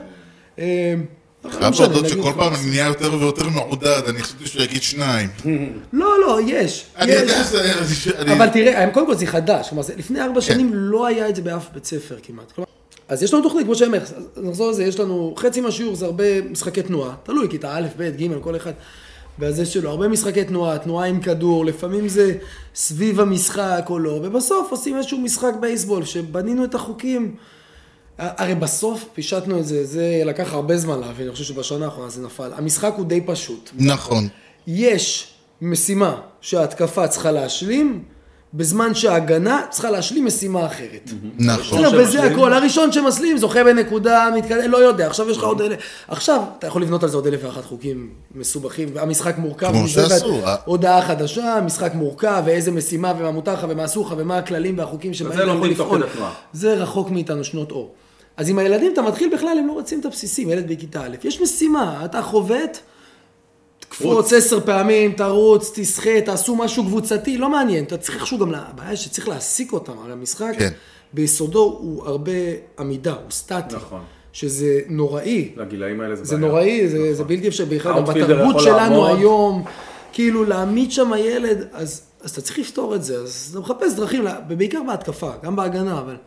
Speaker 2: חייב להודות שכל פעם אני נהיה יותר ויותר מעודד, אני חשבתי שהוא יגיד 2.
Speaker 1: לא, יש.
Speaker 2: אני יודע שזה...
Speaker 1: אבל תראה, קודם כל זה חדש, כלומר, לפני 4 שנים לא היה את זה באף בית ספר כמעט. אז יש לנו תוכנית, כמו שאומר, נחזור לזה, יש לנו חצי מהשיעור, זה הרבה משחקי תנועה, תלוי, כיתה א', ב', ג', כל אחד. ואז יש שלו הרבה משחקי תנועה, תנועה עם כדור, לפעמים זה סביב המשחק או לא, ובסוף עושים איזשהו משחק בייסבול, שבנינו את החוקים. הרי בסוף פישטנו את זה, זה לקח הרבה זמן להבין, אני חושב שבשנה האחרונה זה נפל. המשחק הוא די פשוט.
Speaker 2: נכון.
Speaker 1: יש משימה שההתקפה צריכה להשלים, בזמן שההגנה צריכה להשלים משימה אחרת.
Speaker 2: נכון.
Speaker 1: וזה הכל, הראשון שמסלים, זוכה בנקודה, מתקדם, לא יודע, עכשיו יש לך עוד עכשיו, אתה יכול לבנות על זה עוד 1,001 חוקים מסובכים, המשחק מורכב,
Speaker 2: כמו שעשו.
Speaker 1: הודעה חדשה, משחק מורכב, ואיזה משימה, ומה מותר לך, ומה אסור לך, ומה הכללים והחוקים שבהם אתה יכול לפעול. זה רחוק מאיתנו שנות אור. אז עם הילדים אתה מתחיל בכלל, הם לא רוצים את הבסיסים, ילד בכיתה א', יש משימה, אתה חובט, תקפוץ 10 פעמים, תרוץ, תשחה, תעשו משהו קבוצתי, לא מעניין, אתה צריך איכשהו גם, הבעיה שצריך להעסיק אותם, הרי המשחק ביסודו הוא הרבה עמידה, הוא סטטי, שזה נוראי.
Speaker 3: לגילאים האלה
Speaker 1: זה נוראי, זה בלתי אפשר, בכלל, בתרבות שלנו היום, כאילו להעמיד שם הילד, אז אתה צריך לפתור את זה, אז אתה מחפש דרכים, ובעיקר בהתקפה, גם בהגנה, אבל...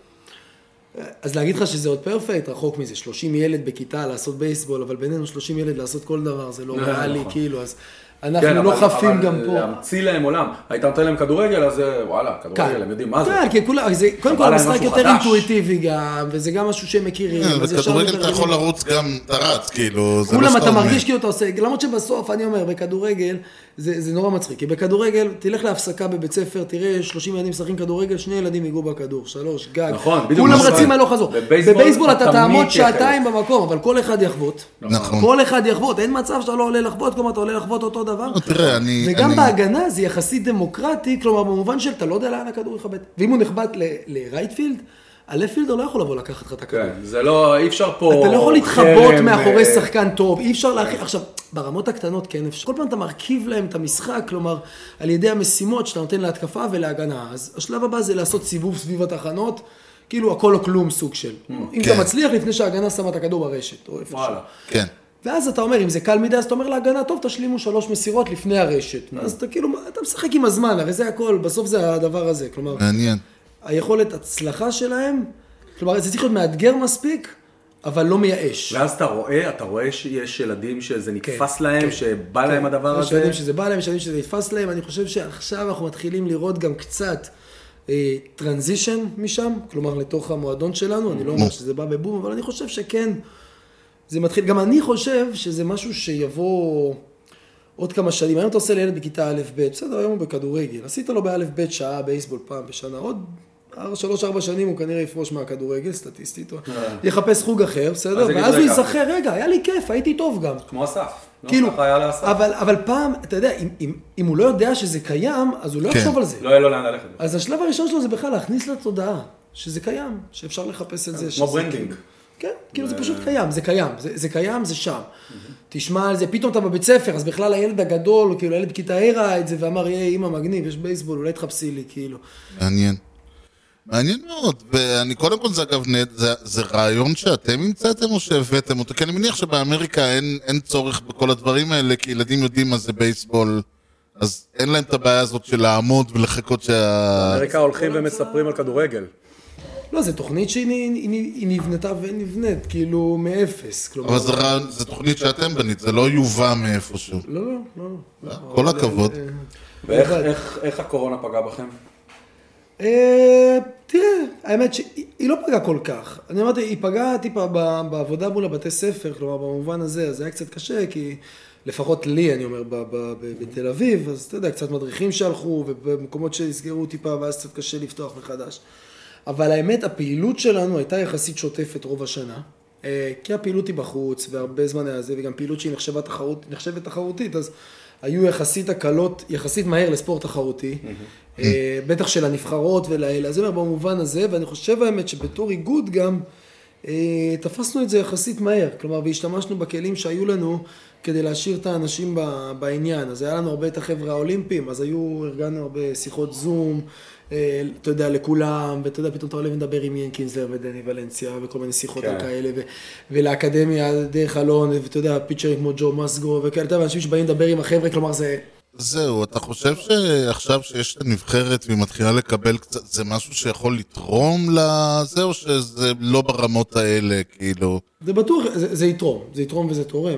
Speaker 1: אז להגיד לך שזה עוד פרפקט, רחוק מזה, 30 ילד בכיתה לעשות בייסבול, אבל בינינו 30 ילד לעשות כל דבר, זה לא ריאלי, כאילו, אז אנחנו לא חפים גם פה.
Speaker 3: אבל להמציא להם עולם, היית נותן להם כדורגל, אז וואלה, כדורגל, הם יודעים מה זה.
Speaker 1: כן, כי קודם כל המשחק יותר אינטואיטיבי גם, וזה גם משהו שהם מכירים.
Speaker 2: בכדורגל אתה יכול לרוץ גם, אתה רץ, כאילו, זה לא
Speaker 1: כולם אתה מרגיש כאילו אתה עושה, למרות שבסוף, אני אומר, בכדורגל, זה נורא מצחיק, כי בכדורגל, תלך להפסקה בבית ספר, תראה 30 ילדים משחקים כדורגל, 2 ילדים ייגעו בכדור, 3, גג.
Speaker 3: נכון, בדיוק.
Speaker 1: כולם רצים הלוך חזור. בבייסבול אתה תעמוד שעתיים במקום, אבל כל אחד יחבוט.
Speaker 2: נכון.
Speaker 1: כל אחד יחבוט, אין מצב שאתה לא עולה לחבוט, כלומר אתה עולה לחבוט אותו דבר. וגם בהגנה זה יחסית דמוקרטי, כלומר במובן של אתה לא יודע לאן הכדור יחבט. ואם הוא נחבט לרייטפילד, הלפילדר לא יכול לבוא לקחת לך את הכדור.
Speaker 3: כן, זה לא, אי אפשר פה...
Speaker 1: אתה לא יכול להתחבות מאחורי שחקן טוב, אי אפשר להכיר... עכשיו, ברמות הקטנות כן אפשר. כל פעם אתה מרכיב להם את המשחק, כלומר, על ידי המשימות שאתה נותן להתקפה ולהגנה. אז השלב הבא זה לעשות סיבוב סביב התחנות, כאילו הכל או כלום סוג של. אם אתה מצליח לפני שההגנה שמה את הכדור ברשת, או איפה שם.
Speaker 2: כן.
Speaker 1: ואז אתה אומר, אם זה קל מדי, אז אתה אומר להגנה, טוב, תשלימו 3 מסירות לפני הרשת. אז אתה כאילו, אתה משחק עם הזמן, הרי זה הכל, בסוף זה הדבר הזה. כלומר,
Speaker 2: מעניין.
Speaker 1: היכולת הצלחה שלהם, כלומר, זה צריך להיות מאתגר מספיק, אבל לא מייאש.
Speaker 3: ואז אתה רואה שיש ילדים שזה נתפס להם, שבא להם הדבר הזה.
Speaker 1: יש ילדים שזה בא להם, יש ילדים שזה נתפס להם. אני חושב שעכשיו אנחנו מתחילים לראות גם קצת טרנזישן משם, כלומר, לתוך המועדון שלנו. אני לא אומר שזה בא בבום, אבל אני חושב שכן, זה מתחיל. גם אני חושב שזה משהו שיבוא עוד כמה שנים. היום אתה עושה לילד בכיתה א' ב', בסדר, היום הוא בכדורגל. עשית לו בא' ב' שעה בייסבול פעם בשנה, עוד 3-4 שנים הוא כנראה יפרוש מהכדורגל, סטטיסטית, יחפש חוג אחר, בסדר? ואז הוא יזכר, רגע, היה לי כיף, הייתי טוב גם.
Speaker 3: כמו אסף.
Speaker 1: כאילו, אבל פעם, אתה יודע, אם הוא לא יודע שזה קיים, אז הוא לא יחשוב על זה.
Speaker 3: לא יהיה לו לאן ללכת.
Speaker 1: אז השלב הראשון שלו זה בכלל להכניס לתודעה, שזה קיים, שאפשר לחפש את זה.
Speaker 3: כמו ברנדינג.
Speaker 1: כן, כאילו זה פשוט קיים, זה קיים, זה קיים, זה שם. תשמע על זה, פתאום אתה בבית ספר, אז בכלל הילד הגדול, כאילו הילד בכיתה ה' ראה את זה ואמר, אמא מגניב, יש בייסבול, אולי תחפשי לי, כאילו.
Speaker 2: מעניין. מעניין מאוד, ואני קודם כל זה אגב, זה רעיון שאתם המצאתם או שהבאתם אותו? כי אני מניח שבאמריקה אין צורך בכל הדברים האלה, כי ילדים יודעים מה זה בייסבול, אז אין להם את הבעיה הזאת של לעמוד ולחכות
Speaker 3: באמריקה הולכים ומספרים על כדורגל.
Speaker 1: לא, זו תוכנית שהיא נבנתה ונבנית, כאילו מאפס.
Speaker 2: אבל זו תוכנית שאתם בנית, זה לא יובא מאיפשהו.
Speaker 1: לא.
Speaker 2: כל הכבוד.
Speaker 3: ואיך הקורונה פגעה בכם?
Speaker 1: תראה, האמת שהיא לא פגעה כל כך. אני אמרתי, היא פגעה טיפה בעבודה מול הבתי ספר, כלומר במובן הזה, אז זה היה קצת קשה, כי לפחות לי, אני אומר, בתל אביב, אז אתה יודע, קצת מדריכים שהלכו, ובמקומות שהסגרו טיפה, ואז קצת קשה לפתוח מחדש. אבל האמת, הפעילות שלנו הייתה יחסית שוטפת רוב השנה, כי הפעילות היא בחוץ, והרבה זמן היה זה, וגם פעילות שהיא נחשבת תחרותית, אז היו יחסית הקלות, יחסית מהר לספורט תחרותי, בטח של הנבחרות ולאלה, אז זה אומר במובן הזה, ואני חושב האמת שבתור איגוד גם, תפסנו את זה יחסית מהר, כלומר, והשתמשנו בכלים שהיו לנו כדי להשאיר את האנשים בעניין. אז היה לנו הרבה את החבר'ה האולימפיים, אז ארגנו הרבה שיחות זום, אתה יודע, לכולם, ואתה יודע, פתאום אתה עולה ונדבר עם יאן קינזלר ודני ולנסיה, וכל מיני שיחות כאלה, ולאקדמיה דרך אלון, ואתה יודע, פיצ'רים כמו ג'ו מסגרו, וכאלה, אתה יודע, אנשים שבאים לדבר עם החבר'ה, כלומר זה...
Speaker 2: זהו, אתה חושב שעכשיו שיש את הנבחרת והיא מתחילה לקבל קצת, זה משהו שיכול לתרום לזה, או שזה לא ברמות האלה, כאילו?
Speaker 1: זה בטוח, זה יתרום וזה תורם.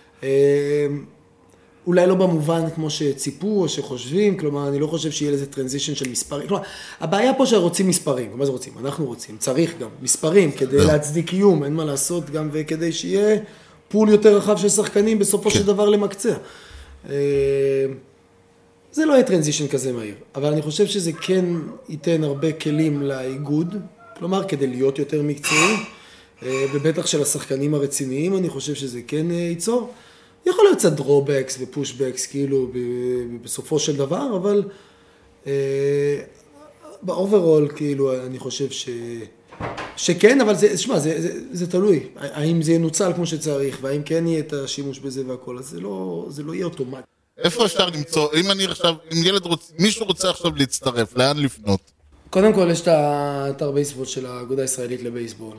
Speaker 1: אולי לא במובן כמו שציפו או שחושבים, כלומר, אני לא חושב שיהיה לזה טרנזישן של מספרים. כלומר, הבעיה פה שרוצים מספרים. מה זה רוצים? אנחנו רוצים. צריך גם מספרים כדי להצדיק קיום, אין מה לעשות גם וכדי שיהיה פול יותר רחב של שחקנים בסופו של דבר למקצע. זה לא יהיה טרנזישן כזה מהיר, אבל אני חושב שזה כן ייתן הרבה כלים לאיגוד, כלומר, כדי להיות יותר מקצועי, ובטח של השחקנים הרציניים, אני חושב שזה כן ייצור. יכול להיות קצת דרובקס ופושבקס, כאילו, בסופו של דבר, אבל באוברול, כאילו, אני חושב שכן, אבל זה תלוי. האם זה ינוצל כמו שצריך, והאם כן יהיה את השימוש בזה והכל, אז זה לא יהיה אוטומט.
Speaker 2: איפה אפשר למצוא, אם ילד רוצה, מישהו רוצה עכשיו להצטרף, לאן לפנות?
Speaker 1: קודם כל, יש את האתר בייסבול של האגודה הישראלית לבייסבול,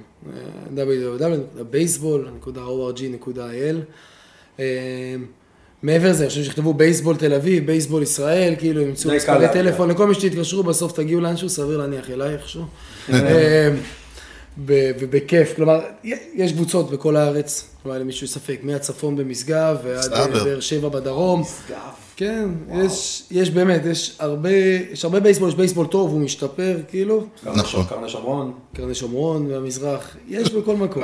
Speaker 1: www.baseball.org.il. מעבר זה, אני חושב שכתבו בייסבול תל אביב, בייסבול ישראל, כאילו, ימצאו מספרי טלפון, לכל מי שתתקשרו, בסוף תגיעו לאנשהו, סביר להניח אליי איכשהו. ובכיף, כלומר, יש קבוצות בכל הארץ, כלומר, למישהו ספק, מהצפון במשגב ועד באר שבע בדרום. כן, יש באמת, יש הרבה בייסבול, יש בייסבול טוב, הוא משתפר, כאילו.
Speaker 2: נכון.
Speaker 1: קרני שומרון והמזרח, יש בכל מקום.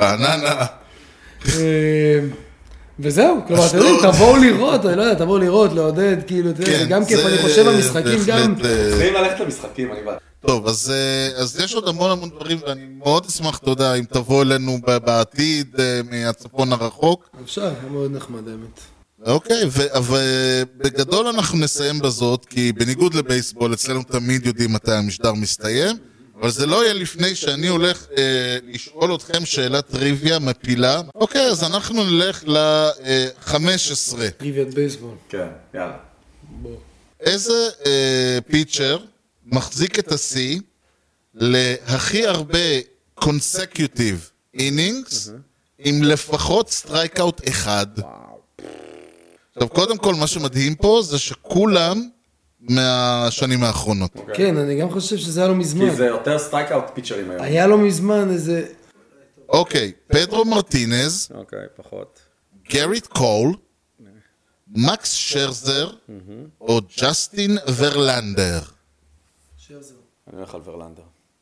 Speaker 1: וזהו, כלומר, אתם יודעים, תבואו לראות, אני לא יודע, תבואו לראות, לעודד, כאילו, זה גם כיף, אני חושב המשחקים גם...
Speaker 3: צריכים ללכת למשחקים, אני בא.
Speaker 2: טוב, אז יש עוד המון דברים, ואני מאוד אשמח, אתה יודע, אם תבוא אלינו בעתיד מהצפון הרחוק.
Speaker 1: אפשר, היה מאוד נחמד, האמת.
Speaker 2: אוקיי, ובגדול אנחנו נסיים בזאת, כי בניגוד לבייסבול, אצלנו תמיד יודעים מתי המשדר מסתיים, אבל זה לא יהיה לפני שאני הולך לשאול אתכם שאלת טריוויה מפילה. אוקיי, אז אנחנו נלך ל-15.
Speaker 1: טריוויית בייסבול.
Speaker 3: כן, יאללה.
Speaker 2: איזה פיצ'ר מחזיק את השיא להכי הרבה consecutive innings עם לפחות סטרייקאוט אחד? עכשיו, קודם כל, מה שמדהים פה זה שכולם מהשנים האחרונות.
Speaker 1: כן, אני גם חושב שזה היה לו מזמן.
Speaker 3: כי זה יותר סטרייקאוט פיצ'רים היום.
Speaker 1: היה לו מזמן איזה...
Speaker 2: אוקיי, פדרו מרטינז.
Speaker 3: אוקיי, פחות.
Speaker 2: גריט קול. מקס שרזר. או ג'סטין ורלנדר.
Speaker 1: שרזר.
Speaker 3: אני הולך על ורלנדר.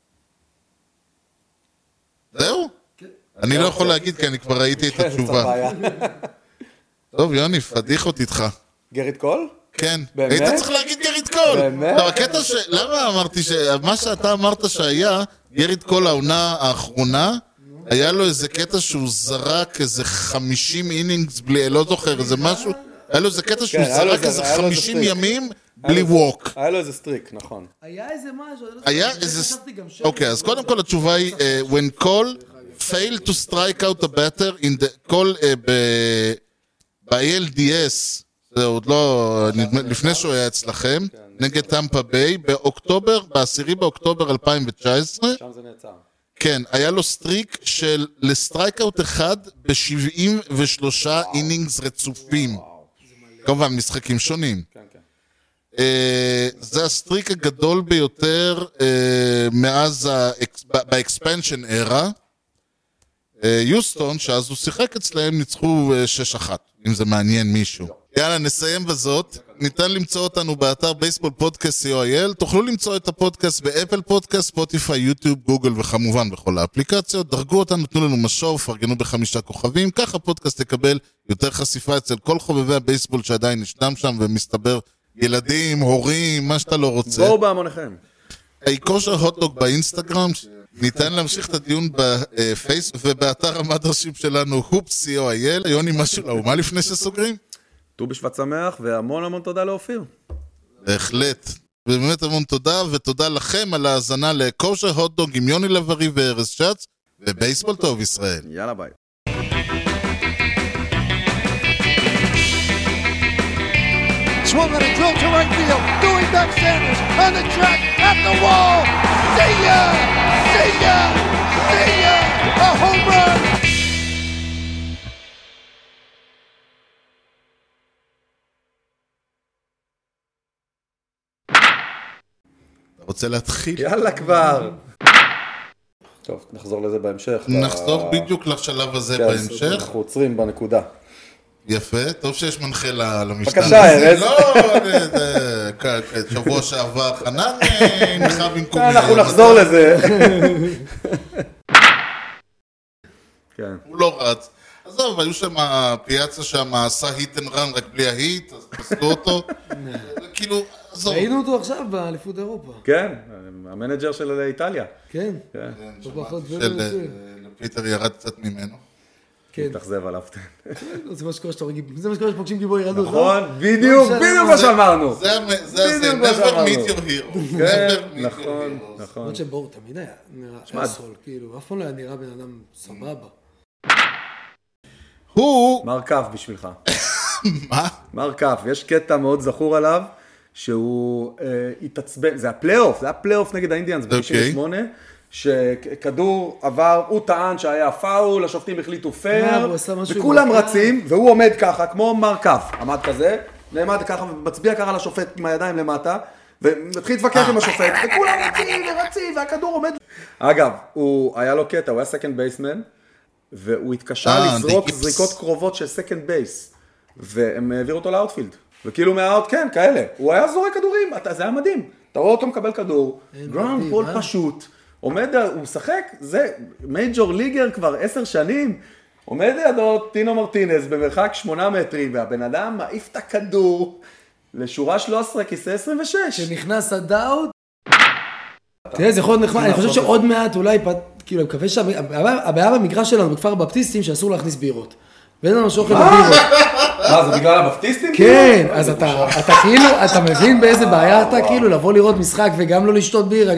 Speaker 2: זהו? אני לא יכול להגיד כי אני כבר ראיתי את התשובה. טוב, יוני, פדיח אותי איתך.
Speaker 3: גריט קול?
Speaker 2: כן.
Speaker 3: באמת?
Speaker 2: היית צריך להגיד גריט קול.
Speaker 3: באמת?
Speaker 2: הקטע למה אמרתי מה שאתה אמרת שהיה, גריט קול העונה האחרונה, היה לו איזה קטע שהוא זרק איזה 50 אינינגס בלי, לא זוכר, איזה משהו, היה לו איזה קטע שהוא זרק איזה 50 ימים בלי ווק.
Speaker 3: היה לו איזה סטריק, נכון.
Speaker 1: היה איזה משהו,
Speaker 2: היה איזה... אוקיי, אז קודם כל התשובה היא, when call failed to strike out a batter in the call ב-LDS, זה עוד לא, לפני שהוא היה אצלכם, נגד טמפה ביי, באוקטובר, ב-10 באוקטובר 2019.
Speaker 3: שם זה נעצר.
Speaker 2: כן, היה לו סטריק של לסטרייקאוט אחד ב-73 אינינגס רצופים. כמובן, משחקים שונים. זה הסטריק הגדול ביותר מאז באקספנשן ארה. יוסטון, שאז הוא שיחק אצלהם, ניצחו 6-1, אם זה מעניין מישהו. יאללה, נסיים בזאת. ניתן למצוא אותנו באתר בייסבול פודקאסט co.il. תוכלו למצוא את הפודקאסט באפל פודקאסט, ספוטיפיי, יוטיוב, גוגל וכמובן בכל האפליקציות. דרגו אותנו, תנו לנו משוב, פרגנו ב5 כוכבים. ככה הפודקאסט יקבל יותר חשיפה אצל כל חובבי הבייסבול שעדיין ישנם שם, ומסתבר ילדים, הורים, מה שאתה לא רוצה.
Speaker 3: בואו בהמוניכם.
Speaker 2: כושר הוטדוג באינסטגרם, ניתן להמשיך את הדיון בפייס ובאתר המדרשים שלנו, הופס co.il. יוני, משהו לאומה לפני שסוגרים?
Speaker 3: ט"ו בשבט שמח, והמון תודה לאופיר.
Speaker 2: בהחלט. ובאמת המון תודה, ותודה לכם על ההאזנה לכושר הוטדוג עם יוני לב-ארי וארז שץ, ובייסבול טוב ישראל.
Speaker 3: יאללה ביי.
Speaker 5: Swung on a drill to right field. Doing back Sanders on the track at the wall. See ya! See ya! See ya! A home run!
Speaker 2: אתה רוצה להתחיל?
Speaker 3: יאללה כבר. טוב, נחזור לזה בהמשך.
Speaker 2: נחזור בדיוק לשלב הזה בהמשך.
Speaker 3: אנחנו עוצרים בנקודה.
Speaker 2: יפה, טוב שיש מנחה למשטר.
Speaker 3: בבקשה, ארז.
Speaker 2: לא, שבוע שעבר חנן נחה במקומי.
Speaker 3: אנחנו נחזור לזה.
Speaker 2: הוא לא רץ. עזוב, היו שם, הפיאצה שם עשה היט אנד רן רק בלי ההיט, אז פסלו אותו. כאילו, עזוב.
Speaker 1: ראינו אותו עכשיו באליפות אירופה.
Speaker 3: כן, המנג'ר של איטליה.
Speaker 1: כן.
Speaker 2: שמעתי שלפיטר ירד קצת ממנו.
Speaker 1: כן.
Speaker 3: תחזב עליו.
Speaker 1: זה מה שקורה שפוגשים גיבוי ילדות.
Speaker 3: נכון, בדיוק מה שאמרנו.
Speaker 2: זה never meet your hero.
Speaker 3: נכון.
Speaker 1: למרות שבור תמיד היה נראה אסול, כאילו, אף פעם לא היה נראה בן אדם סבבה.
Speaker 2: הוא...
Speaker 3: מר קף בשבילך.
Speaker 2: מה?
Speaker 3: מר קף, יש קטע מאוד זכור עליו, שהוא התעצבן, זה הפלייאוף נגד האינדיאנס ב-98, שכדור עבר, הוא טען שהיה פאול, השופטים החליטו פייר, וכולם רצים, והוא עומד ככה, כמו מר קף, עמד כזה, נעמד ככה ומצביע ככה לשופט עם הידיים למטה, ומתחיל להתווכח עם השופט, וכולם רצים, והכדור עומד. אגב, היה לו קטע, הוא היה סקנד בייסמן, והוא התקשה לזרוק זריקות קרובות של סקנד בייס, והם העבירו אותו לאוטפילד, וכאילו מהאוט, כן, כאלה, הוא היה זורק כדורים, זה היה מדהים, אתה רואה אותו מקבל כדור, גראונד בול פשוט, עומד, הוא משחק, זה מייג'ור ליגר כבר 10 שנים, עומד לידו טינו מרטינז במרחק 8 מטרים, והבן אדם מעיף את הכדור לשורה 13, כיסא 26.
Speaker 1: שנכנס הדאוט. תראה, זה יכול להיות נחמד, אני חושב שעוד מעט אולי, כאילו, אני מקווה שהבעיה במגרש שלנו בכפר הבפטיסטים שאסור להכניס בירות. ואין לנו שאוכל בבירות.
Speaker 3: זה בגלל הבפטיסטים?
Speaker 1: כן, אז אתה כאילו, אתה מבין באיזה בעיה אתה כאילו לבוא לראות משחק וגם לא לשתות בירה.